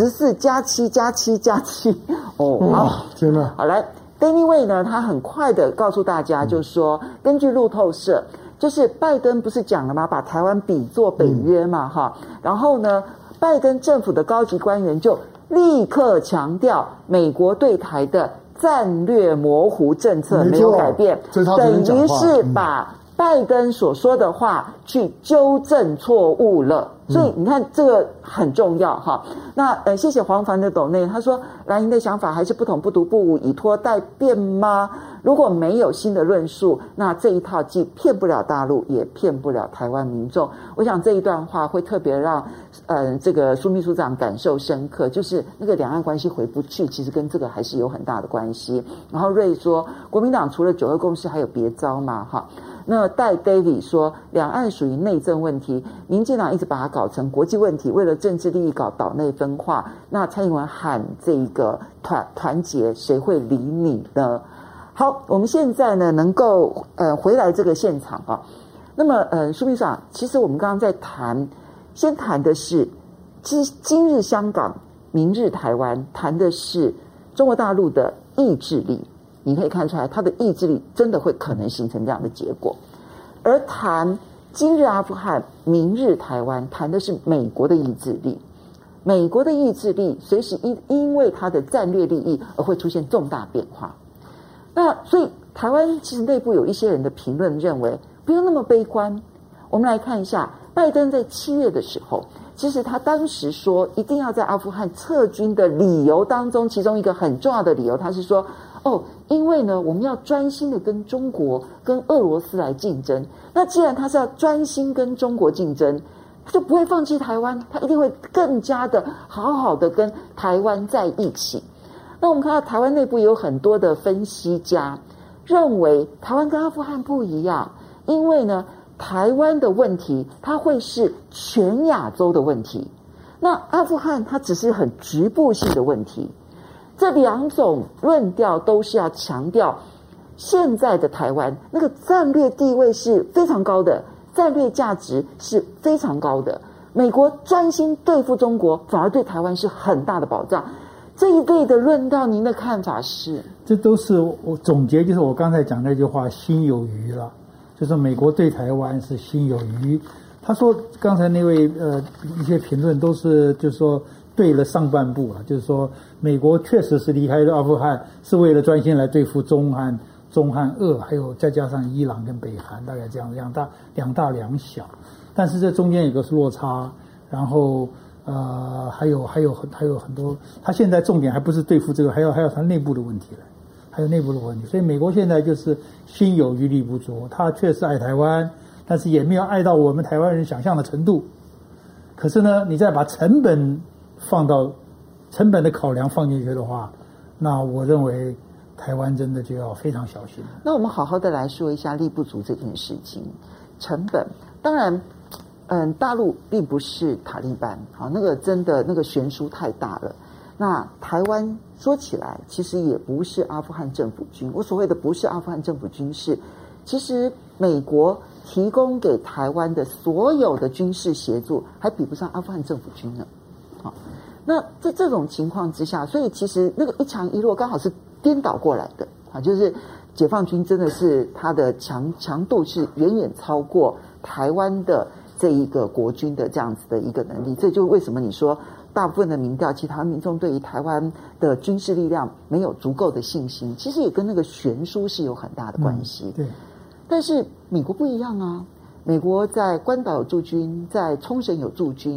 ，14+7+7+7哦，好， 天哪， 好来。Danny Way 呢，他很快的告诉大家，就是说，根据路透社，就是拜登不是讲了吗？把台湾比作北约嘛，哈。然后呢，拜登政府的高级官员就立刻强调，美国对台的战略模糊政策没有改变，等于是把拜登所说的话去纠正错误了。所以你看这个很重要哈。那谢谢黄凡的抖内，他说蓝营的想法还是不统不独不武，以拖代变吗？如果没有新的论述，那这一套既骗不了大陆，也骗不了台湾民众。我想这一段话会特别让这个苏秘书长感受深刻，就是那个两岸关系回不去，其实跟这个还是有很大的关系。然后瑞说，国民党除了9·2共识还有别招吗？哈。那戴 David 说，两岸属于内政问题，民进党一直把它搞成国际问题，为了政治利益搞岛内分化。那蔡英文喊这个团结，谁会理你呢？好，我们现在呢能够回来这个现场啊。那么苏秘书长，其实我们刚刚在先谈的是今日香港，明日台湾，谈的是中国大陆的意志力。你可以看出来，他的意志力真的会可能形成这样的结果。而谈今日阿富汗，明日台湾，谈的是美国的意志力。美国的意志力随时因为它的战略利益而会出现重大变化。那所以台湾其实内部有一些人的评论认为，不用那么悲观。我们来看一下，拜登在7月的时候，其实他当时说一定要在阿富汗撤军的理由当中，其中一个很重要的理由，他是说，因为呢，我们要专心的跟中国、跟俄罗斯来竞争。那既然他是要专心跟中国竞争，他就不会放弃台湾，他一定会更加的好好的跟台湾在一起。那我们看到台湾内部有很多的分析家认为，台湾跟阿富汗不一样，因为呢，台湾的问题它会是全亚洲的问题，那阿富汗它只是很局部性的问题。这两种论调都是要强调，现在的台湾那个战略地位是非常高的，战略价值是非常高的。美国专心对付中国，反而对台湾是很大的保障。这一类的论调，您的看法是？ 这都是我总结，就是我刚才讲那句话，心有余了。就是美国对台湾是心有余。他说刚才那位一些评论都是就是说对了上半部了，就是说美国确实是离开了阿富汗是为了专心来对付中韩俄，还有再加上伊朗跟北韩，大概这样两大两小。但是这中间有个落差，然后还有很多，他现在重点还不是对付这个，还有他内部的问题了。还有内部的问题，所以美国现在就是心有余力不足，他确实爱台湾，但是也没有爱到我们台湾人想象的程度。可是呢，你再把成本的考量放进去的话，那我认为台湾真的就要非常小心。 那我们好好的来说一下力不足这件事情。成本，当然，大陆并不是塔利班，好，那个真的那个悬殊太大了。那台湾说起来，其实也不是阿富汗政府军。我所谓的不是阿富汗政府军是，其实美国提供给台湾的所有的军事协助，还比不上阿富汗政府军呢。好，那在这种情况之下，所以其实那个一强一弱刚好是颠倒过来的啊，就是解放军真的是它的强度是远远超过台湾的这一个国军的这样子的一个能力。这就是为什么你说大部分的民调，其实台湾民众对于台湾的军事力量没有足够的信心，其实也跟那个悬殊是有很大的关系。 对， 但是美国不一样啊，美国在关岛有驻军，在冲绳有驻军，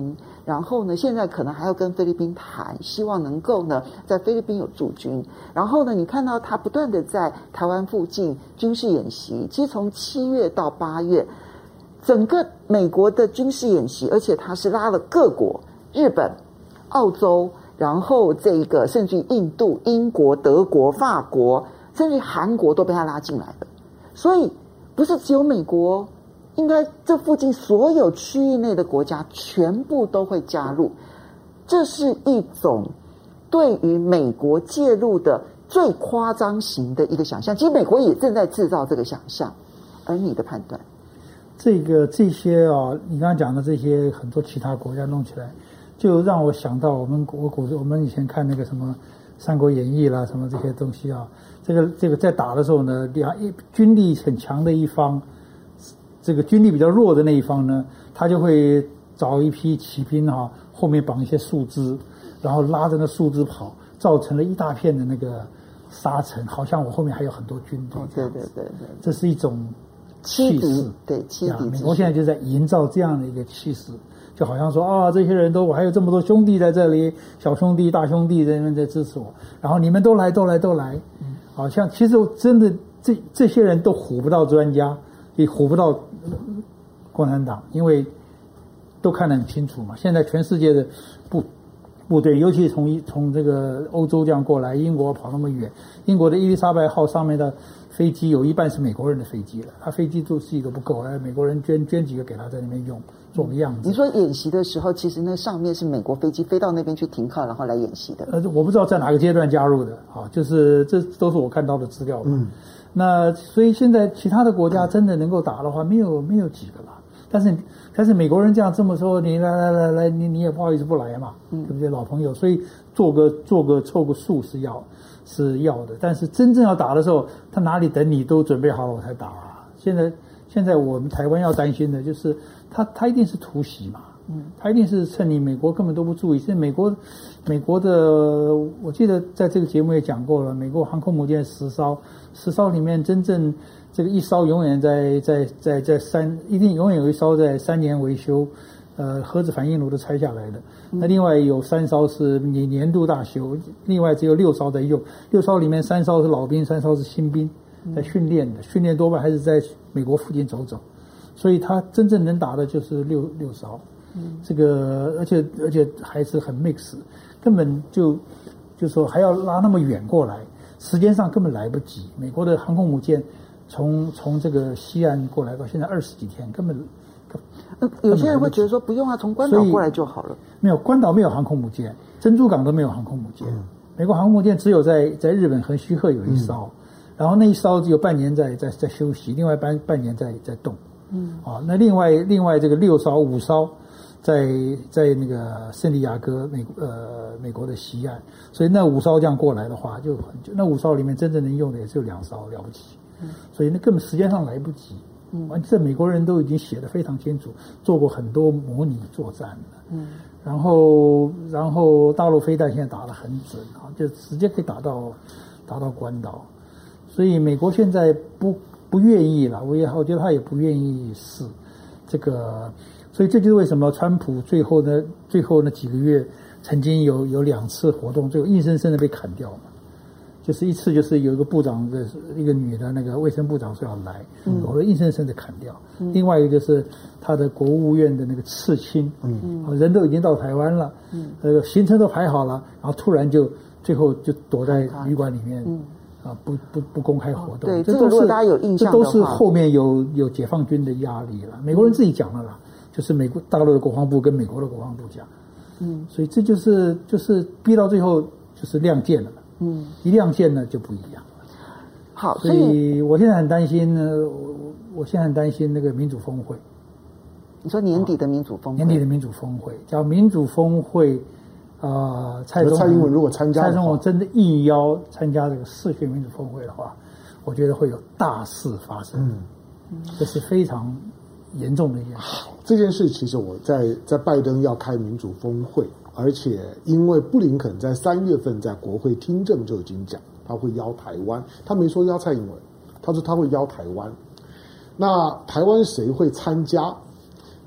然后呢，现在可能还要跟菲律宾谈，希望能够呢在菲律宾有驻军。然后呢，你看到他不断的在台湾附近军事演习，其实从7月到8月，整个美国的军事演习，而且他是拉了各国，日本、澳洲，然后这个甚至于印度、英国、德国、法国，甚至于韩国都被他拉进来了。所以不是只有美国，应该这附近所有区域内的国家全部都会加入。这是一种对于美国介入的最夸张型的一个想象。其实美国也正在制造这个想象，而你的判断？ 这些啊，你刚刚讲的这些很多其他国家弄起来，就让我想到我们以前看那个什么《三国演义》啦，什么这些东西啊。这个在打的时候呢，军力很强的一方，这个军力比较弱的那一方呢，他就会找一批骑兵哈，后面绑一些树枝，然后拉着那树枝跑，造成了一大片的那个沙尘，好像我后面还有很多军队。 对， 这是一种气势， 对，欺敌。 美国现在就在营造这样的一个气势，就好像说啊，这些人我还有这么多兄弟在这里，小兄弟、大兄弟在那边在支持我，然后你们都来，好像其实真的这些人都唬不到专家，也唬不到共产党，因为都看得很清楚嘛。现在全世界的部队，尤其从这个欧洲这样过来，英国跑那么远，英国的伊丽莎白号上面的飞机有一半是美国人的飞机了，他飞机都是一个不够，美国人捐几个给他在那边用，做个样子。 你说演习的时候，其实那上面是美国飞机飞到那边去停靠，然后来演习的。 我不知道在哪个阶段加入的啊，就是这都是我看到的资料。那所以现在其他的国家真的能够打的话，没有几个了。但是美国人这么说，你来，你也不好意思不来嘛，对不对？老朋友，所以凑个数是要的。但是真正要打的时候，他哪里等你都准备好了我才打啊？现在我们台湾要担心的就是他一定是突袭嘛，他一定是趁你美国根本都不注意。现在美国的，我记得在这个节目也讲过了，美国航空母舰10艘里面真正这个一艘永远一定永远有一艘在3年维修，核子反应炉都拆下来的。那另外有3艘是年度大修，另外只有6艘在用，6艘里面3艘是老兵，3艘是新兵在训练的，训练多半还是在美国附近走，所以他真正能打的就是6艘。这个而且还是很 mix， 根本就说还要拉那么远过来，时间上根本来不及。美国的航空母舰从这个西岸过来到现在20几天，根本有些人会觉得说不用啊，从关岛过来就好了。没有， 关岛没有航空母舰，珍珠港都没有航空母舰。美国航空母舰只有在日本横须贺有一艘，然后那一艘只有半年在休息，另外半年在动。那另外这个5艘在那个圣地亚哥美国的西岸，所以那5艘这样过来的话，就那5艘里面真正能用的也只有2艘了不起，所以那根本时间上来不及。这美国人都已经写得非常清楚，做过很多模拟作战了。然后大陆飞弹现在打得很准啊，就直接可以打到关岛，所以美国现在不愿意了，我觉得他也不愿意试这个。所以这就是为什么川普最后那几个月曾经有2次活动，最后硬生生的被砍掉嘛。就是一次就是有一个部长的一个女的那个卫生部长说要来，我会硬生生的砍掉。另外一个就是他的国务院的那个次卿，人都已经到台湾了，行程都排好了，然后突然最后就躲在旅馆里面，不公开活动。 对，这如果大家有印象的话， 这都是后面有解放军的压力了。美国人自己讲了啦，就是美国大陆的国防部跟美国的国防部讲，所以这就是逼到最后就是亮剑了。一亮剑呢就不一样了。 好， 所以我现在很担心呢。我现在很担心那个民主峰会。 你说年底的民主峰会？ 年底的民主峰会叫民主峰会。蔡英文如果参加， 蔡总统真的应邀参加这个视讯民主峰会的话，我觉得会有大事发生。这是非常严重的一件事。 这件事其实我在拜登要开民主峰会。而且，因为布林肯在3月份在国会听证就已经讲，他会邀台湾，他没说邀蔡英文，他说他会邀台湾。那台湾谁会参加？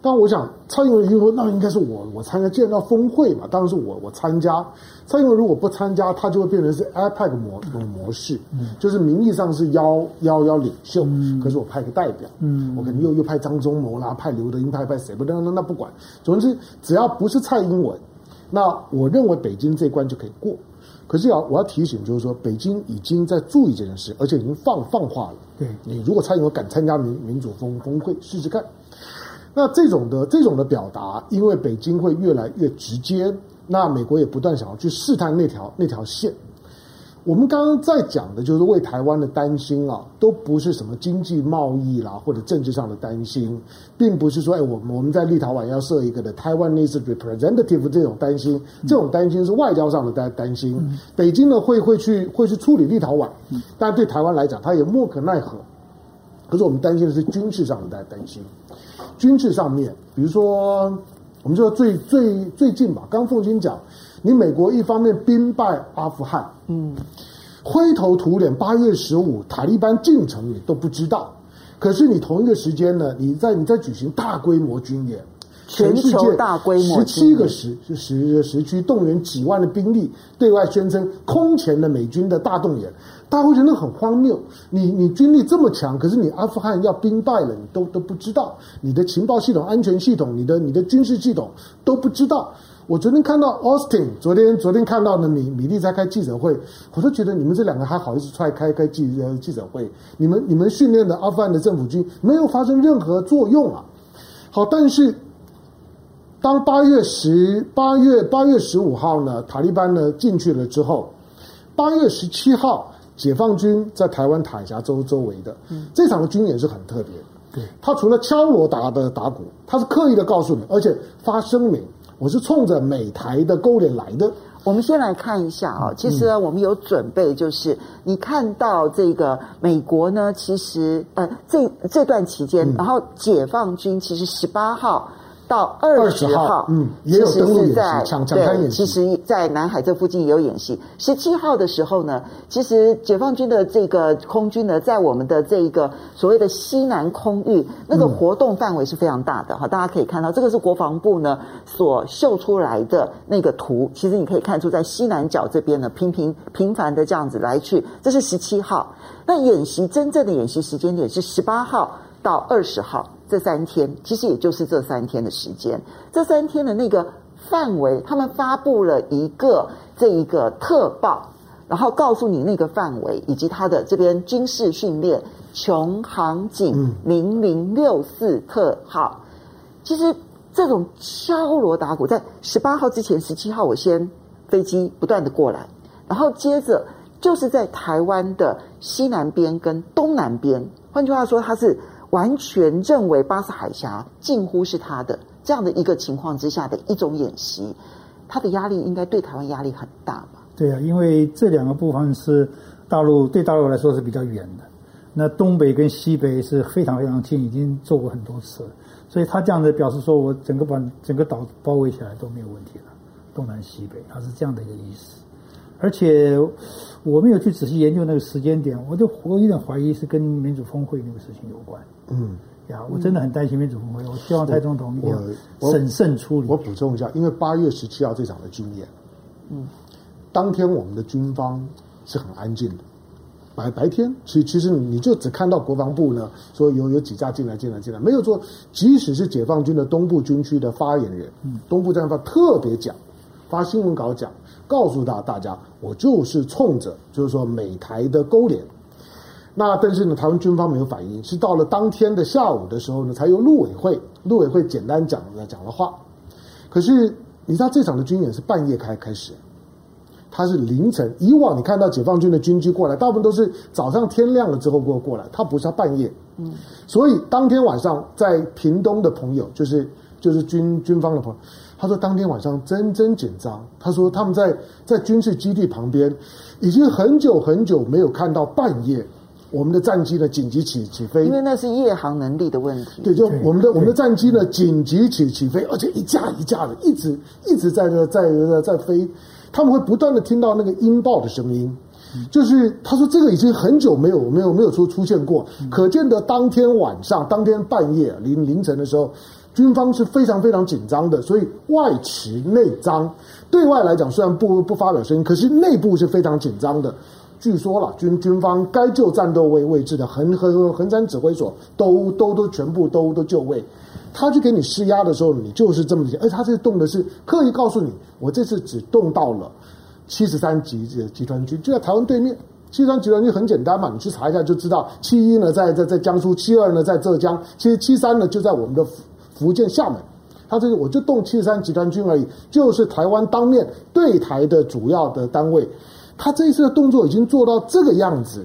当然我想蔡英文就说那应该是我参加，既然要峰会嘛，当然是我参加。蔡英文如果不参加，他就会变成是 APEC 模式，就是名义上是邀领袖，可是我派个代表，我可能又派张忠谋啦，派刘德英，派谁不那不管，总之只要不是蔡英文，那我认为北京这一关就可以过。可是我要提醒，就是说北京已经在注意这件事，而且已经放话了。 对， 你如果蔡英文敢参加民主峰会，试试看。那这种的表达，因为北京会越来越直接，那美国也不断想要去试探那条线。我们刚刚在讲的就是为台湾的担心啊，都不是什么经济贸易啦或者政治上的担心，并不是说我们在立陶宛要设一个的Taiwanese representative 这种担心，这种担心是外交上的担心。北京呢会去处理立陶宛，但对台湾来讲，它也莫可奈何。可是我们担心的是军事上的担心。军事上面，比如说我们说最近吧，刚凤清讲，你美国一方面兵败阿富汗，灰头土脸，8月15塔利班进城你都不知道，可是你同一个时间呢，你在举行大规模军演， 全球大规模 17个时区动员几万的兵力，对外宣称空前的美军的大动员，大家会觉得很荒谬。你军力这么强，可是你阿富汗要兵败了，你都不知道，你的情报系统、安全系统、你的军事系统都不知道。我昨天看到 Austin， 昨天看到的米利在开记者会，我都觉得你们这两个还好意思出来开记者会，你们训练的阿富汗的政府军没有发生任何作用啊。好，但是当8月15号呢，塔利班呢进去了之后，8月17号解放军在台湾海峡周围的这场的军演是很特别。 对， 他除了敲锣打鼓，他是刻意的告诉你，而且发声明，我是冲着美台的勾连来的。 我们先来看一下啊，其实我们有准备，就是你看到这个美国呢，其实这段期间，然后解放军其实18号到20号， 也有登陆演习、抢滩演习。 其实在南海这附近也有演习。17号的时候呢，其实解放军的这个空军呢，在我们的这个所谓的西南空域，那个活动范围是非常大的哈。大家可以看到，这个是国防部呢所秀出来的那个图。其实你可以看出，在西南角这边呢，频繁的这样子来去，这是17号。那真正的演习时间点是18号到20号。这3天，其实也就是这3天的时间。这3天的那个范围，他们发布了一个特报，然后告诉你那个范围以及它的这边军事训练，琼航警0064特号。其实这种敲锣打鼓，在18号之前，17号我先飞机不断的过来，然后接着就是在台湾的西南边跟东南边，换句话说，它是完全认为巴士海峡近乎是他的这样的一个情况之下的一种演习，他的压力应该对台湾压力很大吧？ 对啊，因为这两个部分是对大陆来说是比较远的，那东北跟西北是非常非常近，已经做过很多次了，所以他这样的表示说，我整个岛包围起来都没有问题了，东南西北，他是这样的一个意思。而且我没有去仔细研究那个时间点，我有点怀疑是跟民主峰会那个事情有关。我真的很担心民主峰会，我希望蔡总统一定要审慎处理。 我补充一下，因为8月17号这场的军演，当天我们的军方是很安静的。白天其实你就只看到国防部呢说有几架进来，没有说即使是解放军的东部军区的发言人，东部战发特别讲，发新闻稿讲，告诉大家，我就是冲着就是说美台的勾连。那但是呢，台湾军方没有反应，是到了当天的下午的时候呢，才由陆委会简单讲了话。可是你知道这场的军演是半夜开始，它是凌晨。以往你看到解放军的军机过来，大部分都是早上天亮了之后过来，它不是半夜。所以当天晚上在屏东的朋友，就是军方的朋友，他说当天晚上真紧张。他说他们在军事基地旁边，已经很久没有看到半夜我们的战机呢紧急起飞， 因为那是夜航能力的问题。 对，就我们的战机呢紧急起飞，而且一架的一直在飞，他们会不断的听到那个音爆的声音。就是他说这个已经很久没有出现过，可见的当天晚上、当天半夜凌晨的时候， 军方是非常非常紧张的，所以外持内张，对外来讲虽然不发表声音，可是内部是非常紧张的。据说了，军方该就战斗位置的横山指挥所都全部都就位。他去给你施压的时候，你就是这么想，而他这动的是刻意告诉你，我这次只动到了73集团军，就在台湾对面。73集团军很简单嘛，你去查一下就知道。71呢在江苏，72呢在浙江，其实73呢就在我们的福建厦门。他这个我就动73集团军而已，就是台湾当面对台的主要的单位。他这一次的动作已经做到这个样子，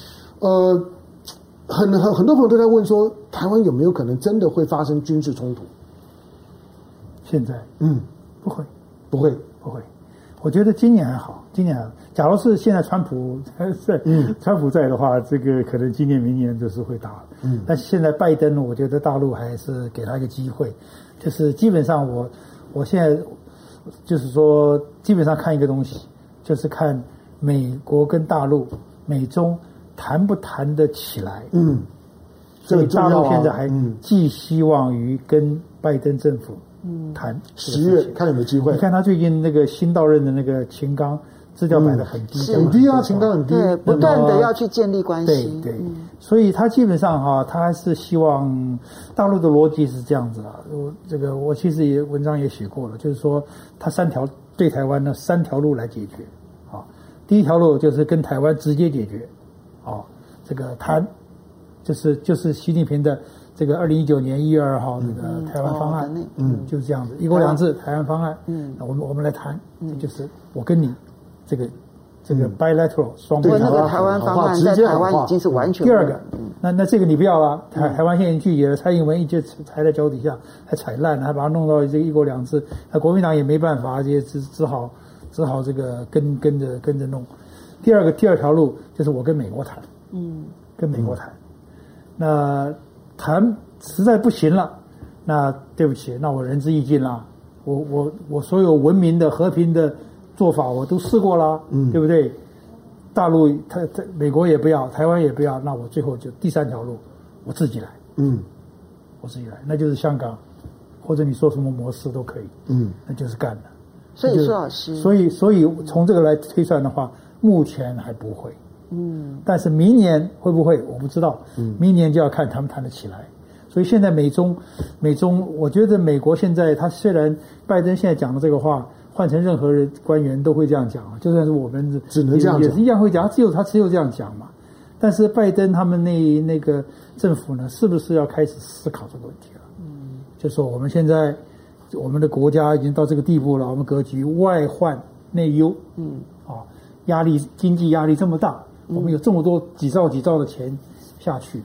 很多朋友都在问说，台湾有没有可能真的会发生军事冲突？ 现在，不会。我觉得今年还好，假如是现在川普在的话，这个可能今年明年就是会打。但是现在拜登，我觉得大陆还是给他一个机会，就是基本上我现在就是说，基本上看一个东西，就是看美国跟大陆、美中谈不谈得起来。所以大陆现在还寄希望于跟拜登政府谈 10月看有没有机会。 你看他最近那个新到任的那个秦刚，资料摆得很低， 很低啊，秦刚很低， 对，不断的要去建立关系。 对，所以他基本上他还是希望大陆的逻辑是这样子啊。我其实文章也写过了，就是说他对台湾的3条路来解决啊。第一条路就是跟台湾直接解决啊，这个谈就是习近平的这个2019年1月2号那个台湾方案，就是这样子，一国两制台湾方案，那我们来谈，就是我跟你这个 bilateral 双边那个台湾方案在台湾已经是完全。 第二个，那这个你不要了，台湾现在拒绝了，蔡英文一直踩在脚底下，还踩烂了，还把它弄到这个一国两制，那国民党也没办法，也只好这个跟着弄。第二条路就是我跟美国谈，跟美国谈。那谈实在不行了，那对不起，那我仁至义尽了。我所有文明的和平的做法我都试过了，对不对？大陆美国也不要，台湾也不要，那我最后就第3条路，我自己来，我自己来，那就是香港，或者你说什么模式都可以，那就是干了。 所以说老师， 所以从这个来推算的话，目前还不会。但是明年会不会我不知道，明年就要看他们谈得起来。所以现在美中，我觉得美国现在他虽然拜登现在讲的这个话，换成任何人官员都会这样讲，就算是我们只能这样讲， 也是一样会讲，只有这样讲嘛。但是拜登他们那个政府呢，是不是要开始思考这个问题了？就说我们现在我们的国家已经到这个地步了，我们格局外患内忧，压力经济压力这么大。我们有这么多几兆的钱下去，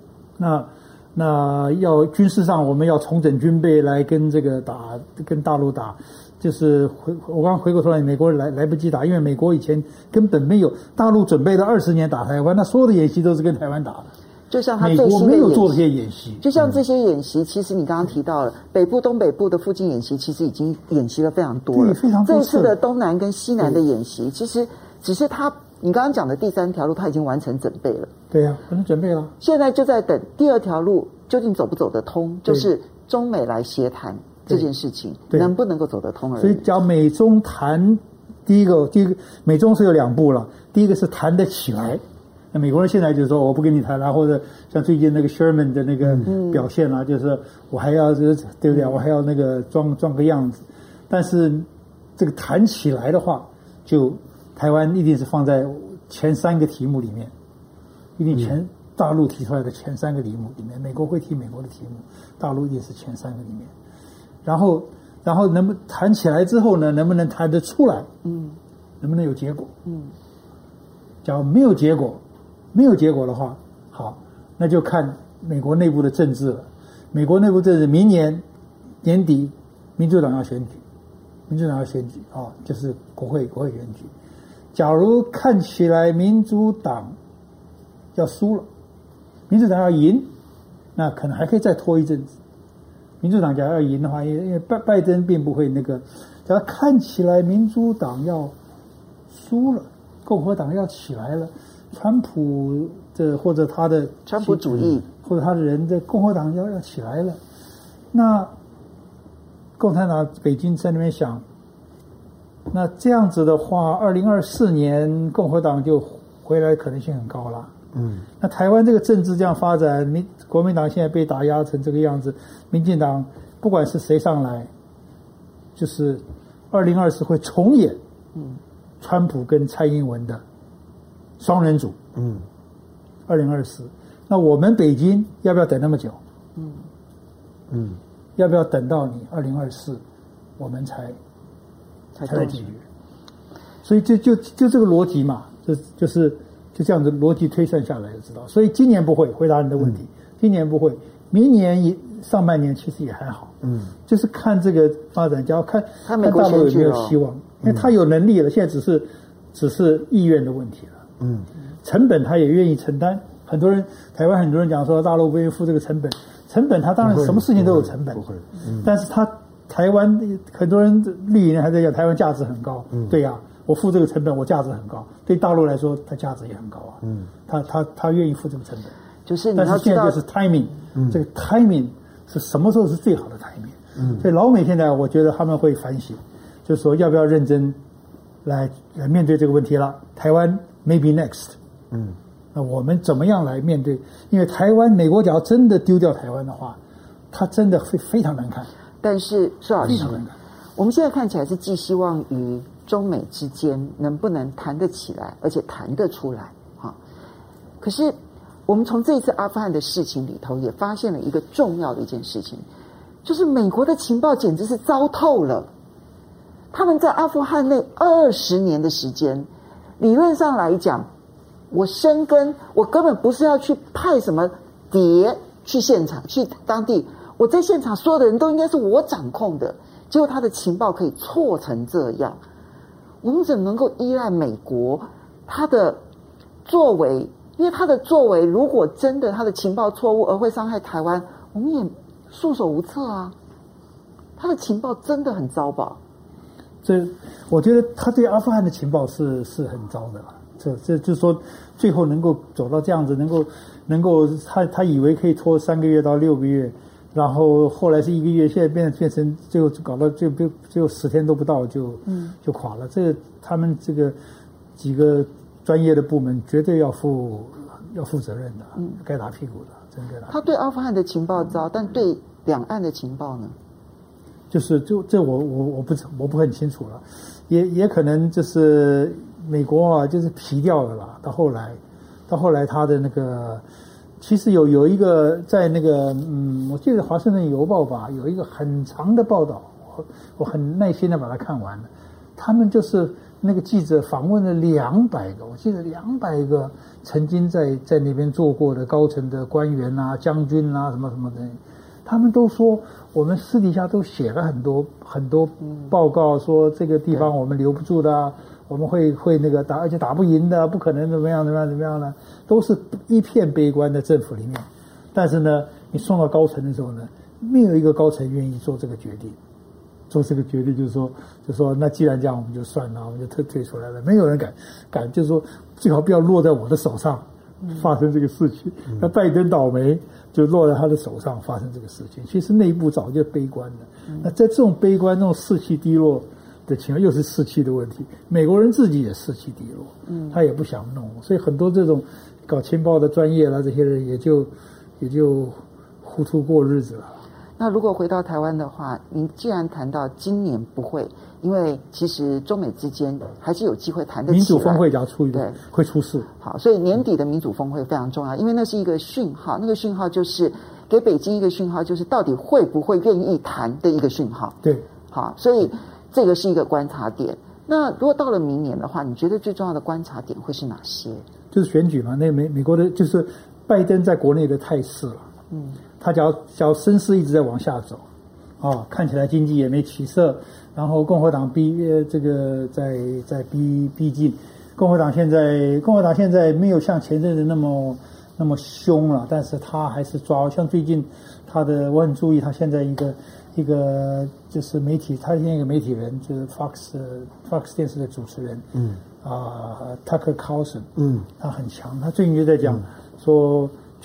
那要军事上我们要重整军备来跟大陆打，就是我刚回过头来，美国来不及打，因为美国以前根本没有，大陆准备了20年打台湾，那所有的演习都是跟台湾打的。 就像他美国没有做这些演习， 就像这些演习，其实你刚刚提到了北部、东北部的附近演习，其实已经演习了非常多了。 非常多次。 这次的东南跟西南的演习，其实只是你刚刚讲的第3条路，他已经完成准备了。 对呀，完成准备了。 现在就在等第2条路究竟走不走得通，就是中美来协谈这件事情能不能够走得通而已。 所以讲美中谈，第一个美中是有2步了，第一个是谈得起来。那美国人现在就是说我不跟你谈了，或者像最近那个 Sherman 的那个表现啊，就是我还要对不对？我还要那个装个样子。但是这个谈起来的话，就台湾一定是放在前3个题目里面，一定大陆提出来的前3个题目里面，美国会提美国的题目，大陆也是前3个里面。然后能不能谈起来之后呢？能不能谈得出来？能不能有结果？假如没有结果的话，好，那就看美国内部的政治了。美国内部政治，明年年底，民主党要选举就是国会选举。假如看起来民主党要输了，民主党要赢，那可能还可以再拖一阵子。民主党假如要赢的话，因为拜登并不会那个。假如看起来民主党要输了，共和党要起来了，川普或者他的川普主义或者他的人的共和党要起来了， 那共产党北京在那边想，那这样子的话，2024年共和党就回来的可能性很高了。那台湾这个政治这样发展，国民党现在被打压成这个样子，民进党不管是谁上来，就是2024会重演川普跟蔡英文的双人组。2024，那我们北京要不要等那么久？要不要等到你2024，我们才来解决？所以就这个逻辑嘛，就这样子逻辑推算下来就知道。所以今年不会回答你的问题，今年不会，明年上半年其实也还好。就是看这个发展，只要看美国大陆有没有希望，因为他有能力了，现在只是意愿的问题了。成本他也愿意承担。台湾很多人讲说大陆不愿意付这个成本他当然什么事情都有成本，但是他台湾很多人历年还在讲台湾价值很高，对呀，我付这个成本我价值很高，对大陆来说它价值也很高啊，他愿意付这个成本， 就是你但要知道是现在就是 timing，这个 timing 是什么时候是最好的 timing，所以老美现在我觉得他们会反省，就是说要不要认真来面对这个问题了，台湾 maybe next，那我们怎么样来面对？因为台湾美国只要真的丢掉台湾的话，它真的会非常难看。 但是苏老师非常难看， 我们现在看起来是寄希望于中美之间能不能谈得起来，而且谈得出来哈。可是我们从这一次阿富汗的事情里头也发现了一个重要的一件事情，就是美国的情报简直是糟透了。他们在阿富汗那20年的时间，理论上来讲，我深耕，我根本不是要去派什么谍去现场，去当地，我在现场所有的人都应该是我掌控的，结果他的情报可以错成这样，我们怎么能够依赖美国他的作为？因为他的作为如果真的他的情报错误而会伤害台湾，我们也束手无策啊。他的情报真的很糟吧？ 我觉得他对阿富汗的情报是很糟的了。这就是说，最后能够走到这样子，能够他以为可以拖3个月到6个月，然后后来是1个月，现在变成就搞到就10天都不到就垮了。这个他们这个几个专业的部门绝对要负责任的，该打屁股的，真该打。 他对阿富汗的情报糟，但对两岸的情报呢？ 这我不很清楚了，也可能就是美国啊，就是皮掉了啦。到后来他的那个，其实有一个在那个我记得《华盛顿邮报》吧，有一个很长的报道，我很耐心的把它看完了。他们就是那个记者访问了200个，我记得200个曾经在那边做过的高层的官员啊、将军啊什么什么的。他们都说，我们私底下都写了很多报告，说这个地方我们留不住的啊，我们会那个而且打不赢的，不可能怎么样呢，都是一片悲观的政府里面。但是呢，你送到高层的时候呢，没有一个高层愿意做这个决定。做这个决定就是说，那既然这样，我们就算了，我们就退出来了。没有人敢，就是说最好不要落在我的手上发生这个事情。那拜登倒霉，就落在他的手上发生这个事情。其实内部早就悲观了。那在这种悲观、这种士气低落的情况，又是士气的问题。美国人自己也士气低落，他也不想弄，所以很多这种搞情报的专业啦，这些人也就糊涂过日子了。 那如果回到台湾的话，您既然谈到今年不会，因为其实中美之间还是有机会谈得起来。 民主峰会只要出一个，会出事。 好，所以年底的民主峰会非常重要，因为那是一个讯号，那个讯号就是给北京一个讯号，就是到底会不会愿意谈的一个讯号。 对， 好，所以这个是一个观察点。那如果到了明年的话，你觉得最重要的观察点会是哪些？ 就是选举嘛，那美国的就是拜登在国内的态势了。他只要声势一直在往下走，看起来经济也没起色，然后共和党在逼近，共和党现在没有像前阵子那么凶了，但是他还是抓，像最近我很注意他现在一个就是媒体，他现在一个媒体人就是 Fox 电视的主持人，Tucker Carlson，他很强，他最近就在讲说。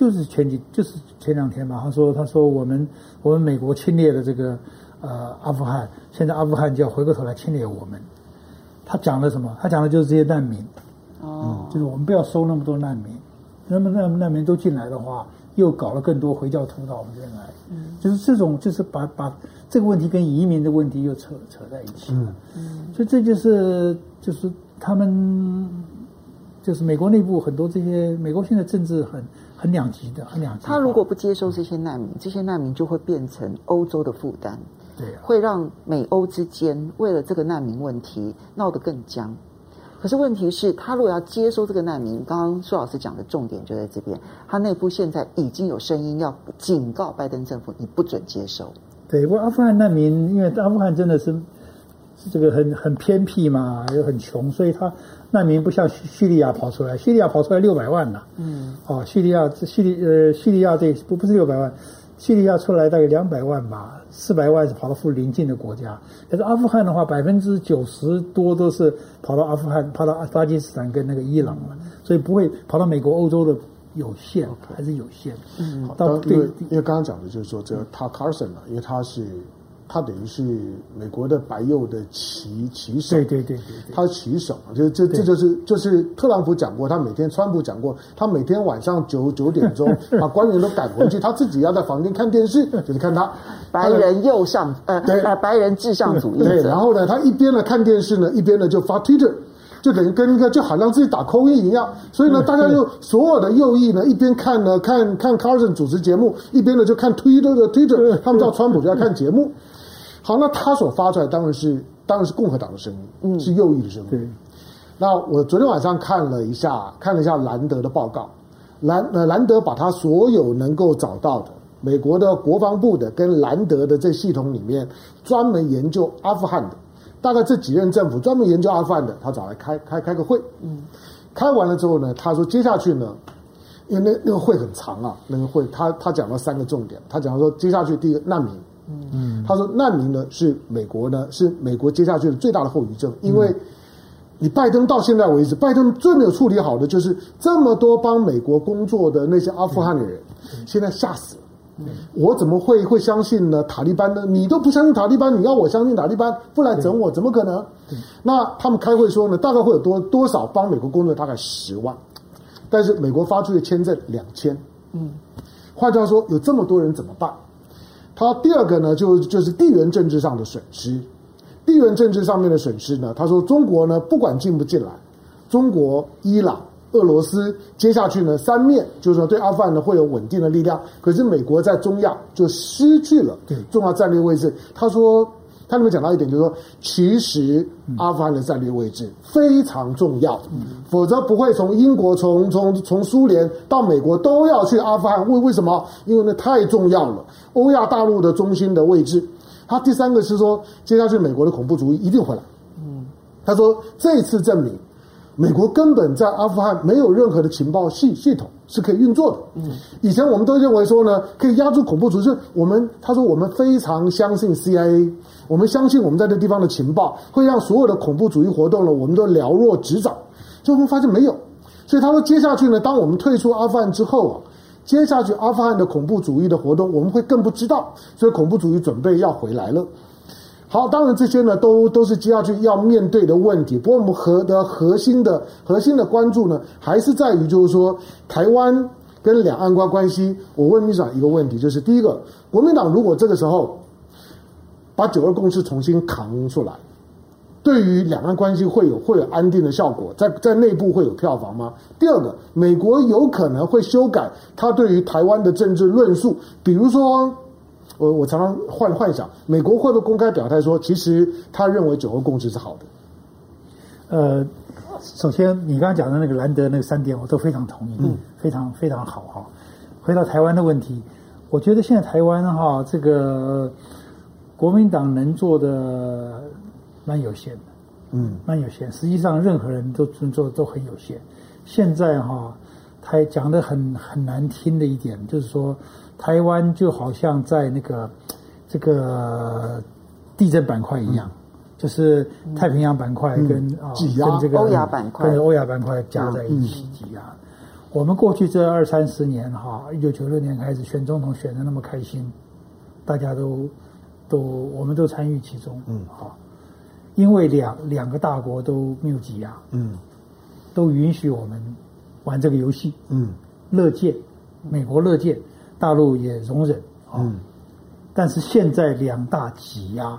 就是前两天嘛，他说我们美国侵略了这个阿富汗，现在阿富汗就要回过头来侵略我们。他讲了什么？他讲的就是这些难民，就是我们不要收那么多难民，那么难民都进来的话，又搞了更多回教徒到我们这边来，就是这种就是把这个问题跟移民的问题又扯在一起了，所以这就是他们就是美国内部很多这些美国现在政治很两极的，很两极。 他如果不接收这些难民，这些难民就会变成欧洲的负担。 对啊， 会让美欧之间为了这个难民问题闹得更僵。可是问题是，他如果要接收这个难民，刚刚苏老师讲的重点就在这边，他内部现在已经有声音要警告拜登政府，你不准接收。 对，不过阿富汗难民，因为阿富汗真的是这个很偏僻嘛，又很穷，所以他难民不像叙利亚跑出来，叙利亚跑出来600万了，叙利亚对不是600万。叙利亚出来大概200万吧，400万是跑到邻近的国家。但是阿富汗的话，90%多都是跑到阿富汗、跑到巴基斯坦跟那个伊朗了，所以不会跑到美国、欧洲的有限，还是有限。 好，因为刚刚讲的就是说，这个他 Carson 呢，因为他等于是美国的白右的旗手， 对， 他旗手，这就是特朗普讲过，川普讲过，他每天晚上9点钟把官员都赶回去，他自己要在房间看电视，就是看他白人右上白人至上主义者。 对，然后呢，他一边呢看电视呢，一边呢就发 Twitter。就等于跟一个就好像自己打call in一样，所以呢，大家就所有的右翼呢，一边看 Carson 主持节目，一边呢就看Twitter，他们叫川普就要看节目。好，那他所发出来当然是共和党的声音，是右翼的声音。那我昨天晚上看了一下兰德的报告，兰德把他所有能够找到的美国的国防部的跟兰德的这系统里面专门研究阿富汗的。大概这几任政府专门研究阿富汗的，他找来开个会，开完了之后呢，他说接下去呢，因为那个会很长啊，那个会他讲到3个重点，他讲说接下去第一个难民，他说难民呢是美国接下去的最大的后遗症，因为你拜登到现在为止，拜登最没有处理好的就是这么多帮美国工作的那些阿富汗的人，现在吓死了。我怎么会相信呢？塔利班呢？你都不相信塔利班，你要我相信塔利班，不来整我，怎么可能？那他们开会说呢，大概会有多少帮美国工作？大概10万，但是美国发出的签证2000。换句话说，有这么多人怎么办？他第二个呢，就是地缘政治上的损失。地缘政治上面的损失呢，他说中国呢不管进不进来，中国、伊朗、俄罗斯接下去呢3面，就是说对阿富汗呢会有稳定的力量，可是美国在中亚就失去了重要战略位置。他说他里面讲到一点，就是说其实阿富汗的战略位置非常重要，否则不会从英国从苏联到美国都要去阿富汗。为什么？因为那太重要了，欧亚大陆的中心的位置。他第3个是说接下去美国的恐怖主义一定会来。他说这一次证明美国根本在阿富汗没有任何的情报系统是可以运作的。以前我们都认为说呢，可以压住恐怖组织。他说我们非常相信 CIA， 我们相信我们在这地方的情报会让所有的恐怖主义活动呢，我们都了若指掌。就我们发现没有，所以他说接下去呢，当我们退出阿富汗之后啊，接下去阿富汗的恐怖主义的活动我们会更不知道，所以恐怖主义准备要回来了。好，当然这些呢都是接下去要面对的问题。不过我们核心的关注呢，还是在于就是说台湾跟两岸关系。我问秘书长一个问题，就是第一个，国民党如果这个时候把9·2共识重新扛出来，对于两岸关系会有安定的效果，在内部会有票房吗？第二个，美国有可能会修改他对于台湾的政治论述，比如说。我常常幻想，美国会不会公开表态说，其实他认为9·2共识是好的？ 首先你刚刚讲的那个兰德那个3点，我都非常同意，非常非常好哈。回到台湾的问题，我觉得现在台湾哈，这个国民党能做的蛮有限的，蛮有限。实际上任何人都做的都很有限。现在哈，他讲的很难听的一点，就是说。台湾就好像在这个地震板块一样，就是太平洋板块跟这个欧亚板块跟欧亚板块夹在一起挤压。 我们过去这20-30年1996年开始选总统选得那么开心，大家我们都参与其中，因为两个大国都没有挤压，都允许我们玩这个游戏，乐见，美国乐见，大陆也容忍，但是现在两大挤压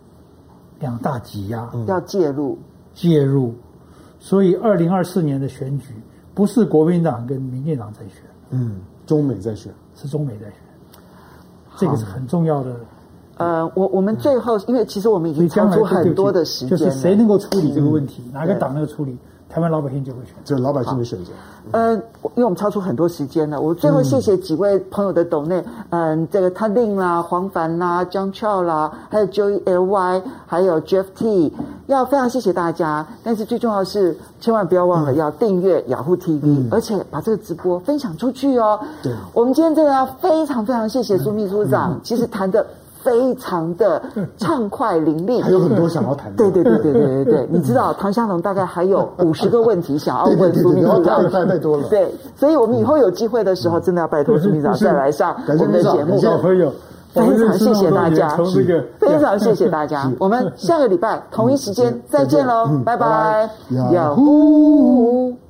要介入，所以2024年的选举不是国民党跟民进党在选， 中美在选， 是中美在选，这个是很重要的。 我们最后，因为其实我们已经超出很多的时间了， 就是谁能够处理这个问题，哪个党能够处理，台湾老百姓就会选， 这老百姓的选择。 因为我们超出很多时间了，我最后谢谢几位朋友的抖内，这个他令啦、黄凡啦、John Chow 啦，还有 Joey LY， 还有 Jeff T， 要非常谢谢大家。但是最重要的是，千万不要忘了要订阅雅虎 TV，而且把这个直播分享出去哦。 对， 我们今天真的要非常非常谢谢苏秘书长，其实谈的非常的畅快伶俐， 还有很多想要谈的。 对，你知道唐湘龙大概还有50个问题想要问苏秘书长， 太多了。 对，所以我们以后有机会的时候，真的要拜托苏秘书长再来上我们的节目。 小朋友， 非常谢谢大家，非常谢谢大家。我们下个礼拜同一时间再见喽，拜拜， 雅虎。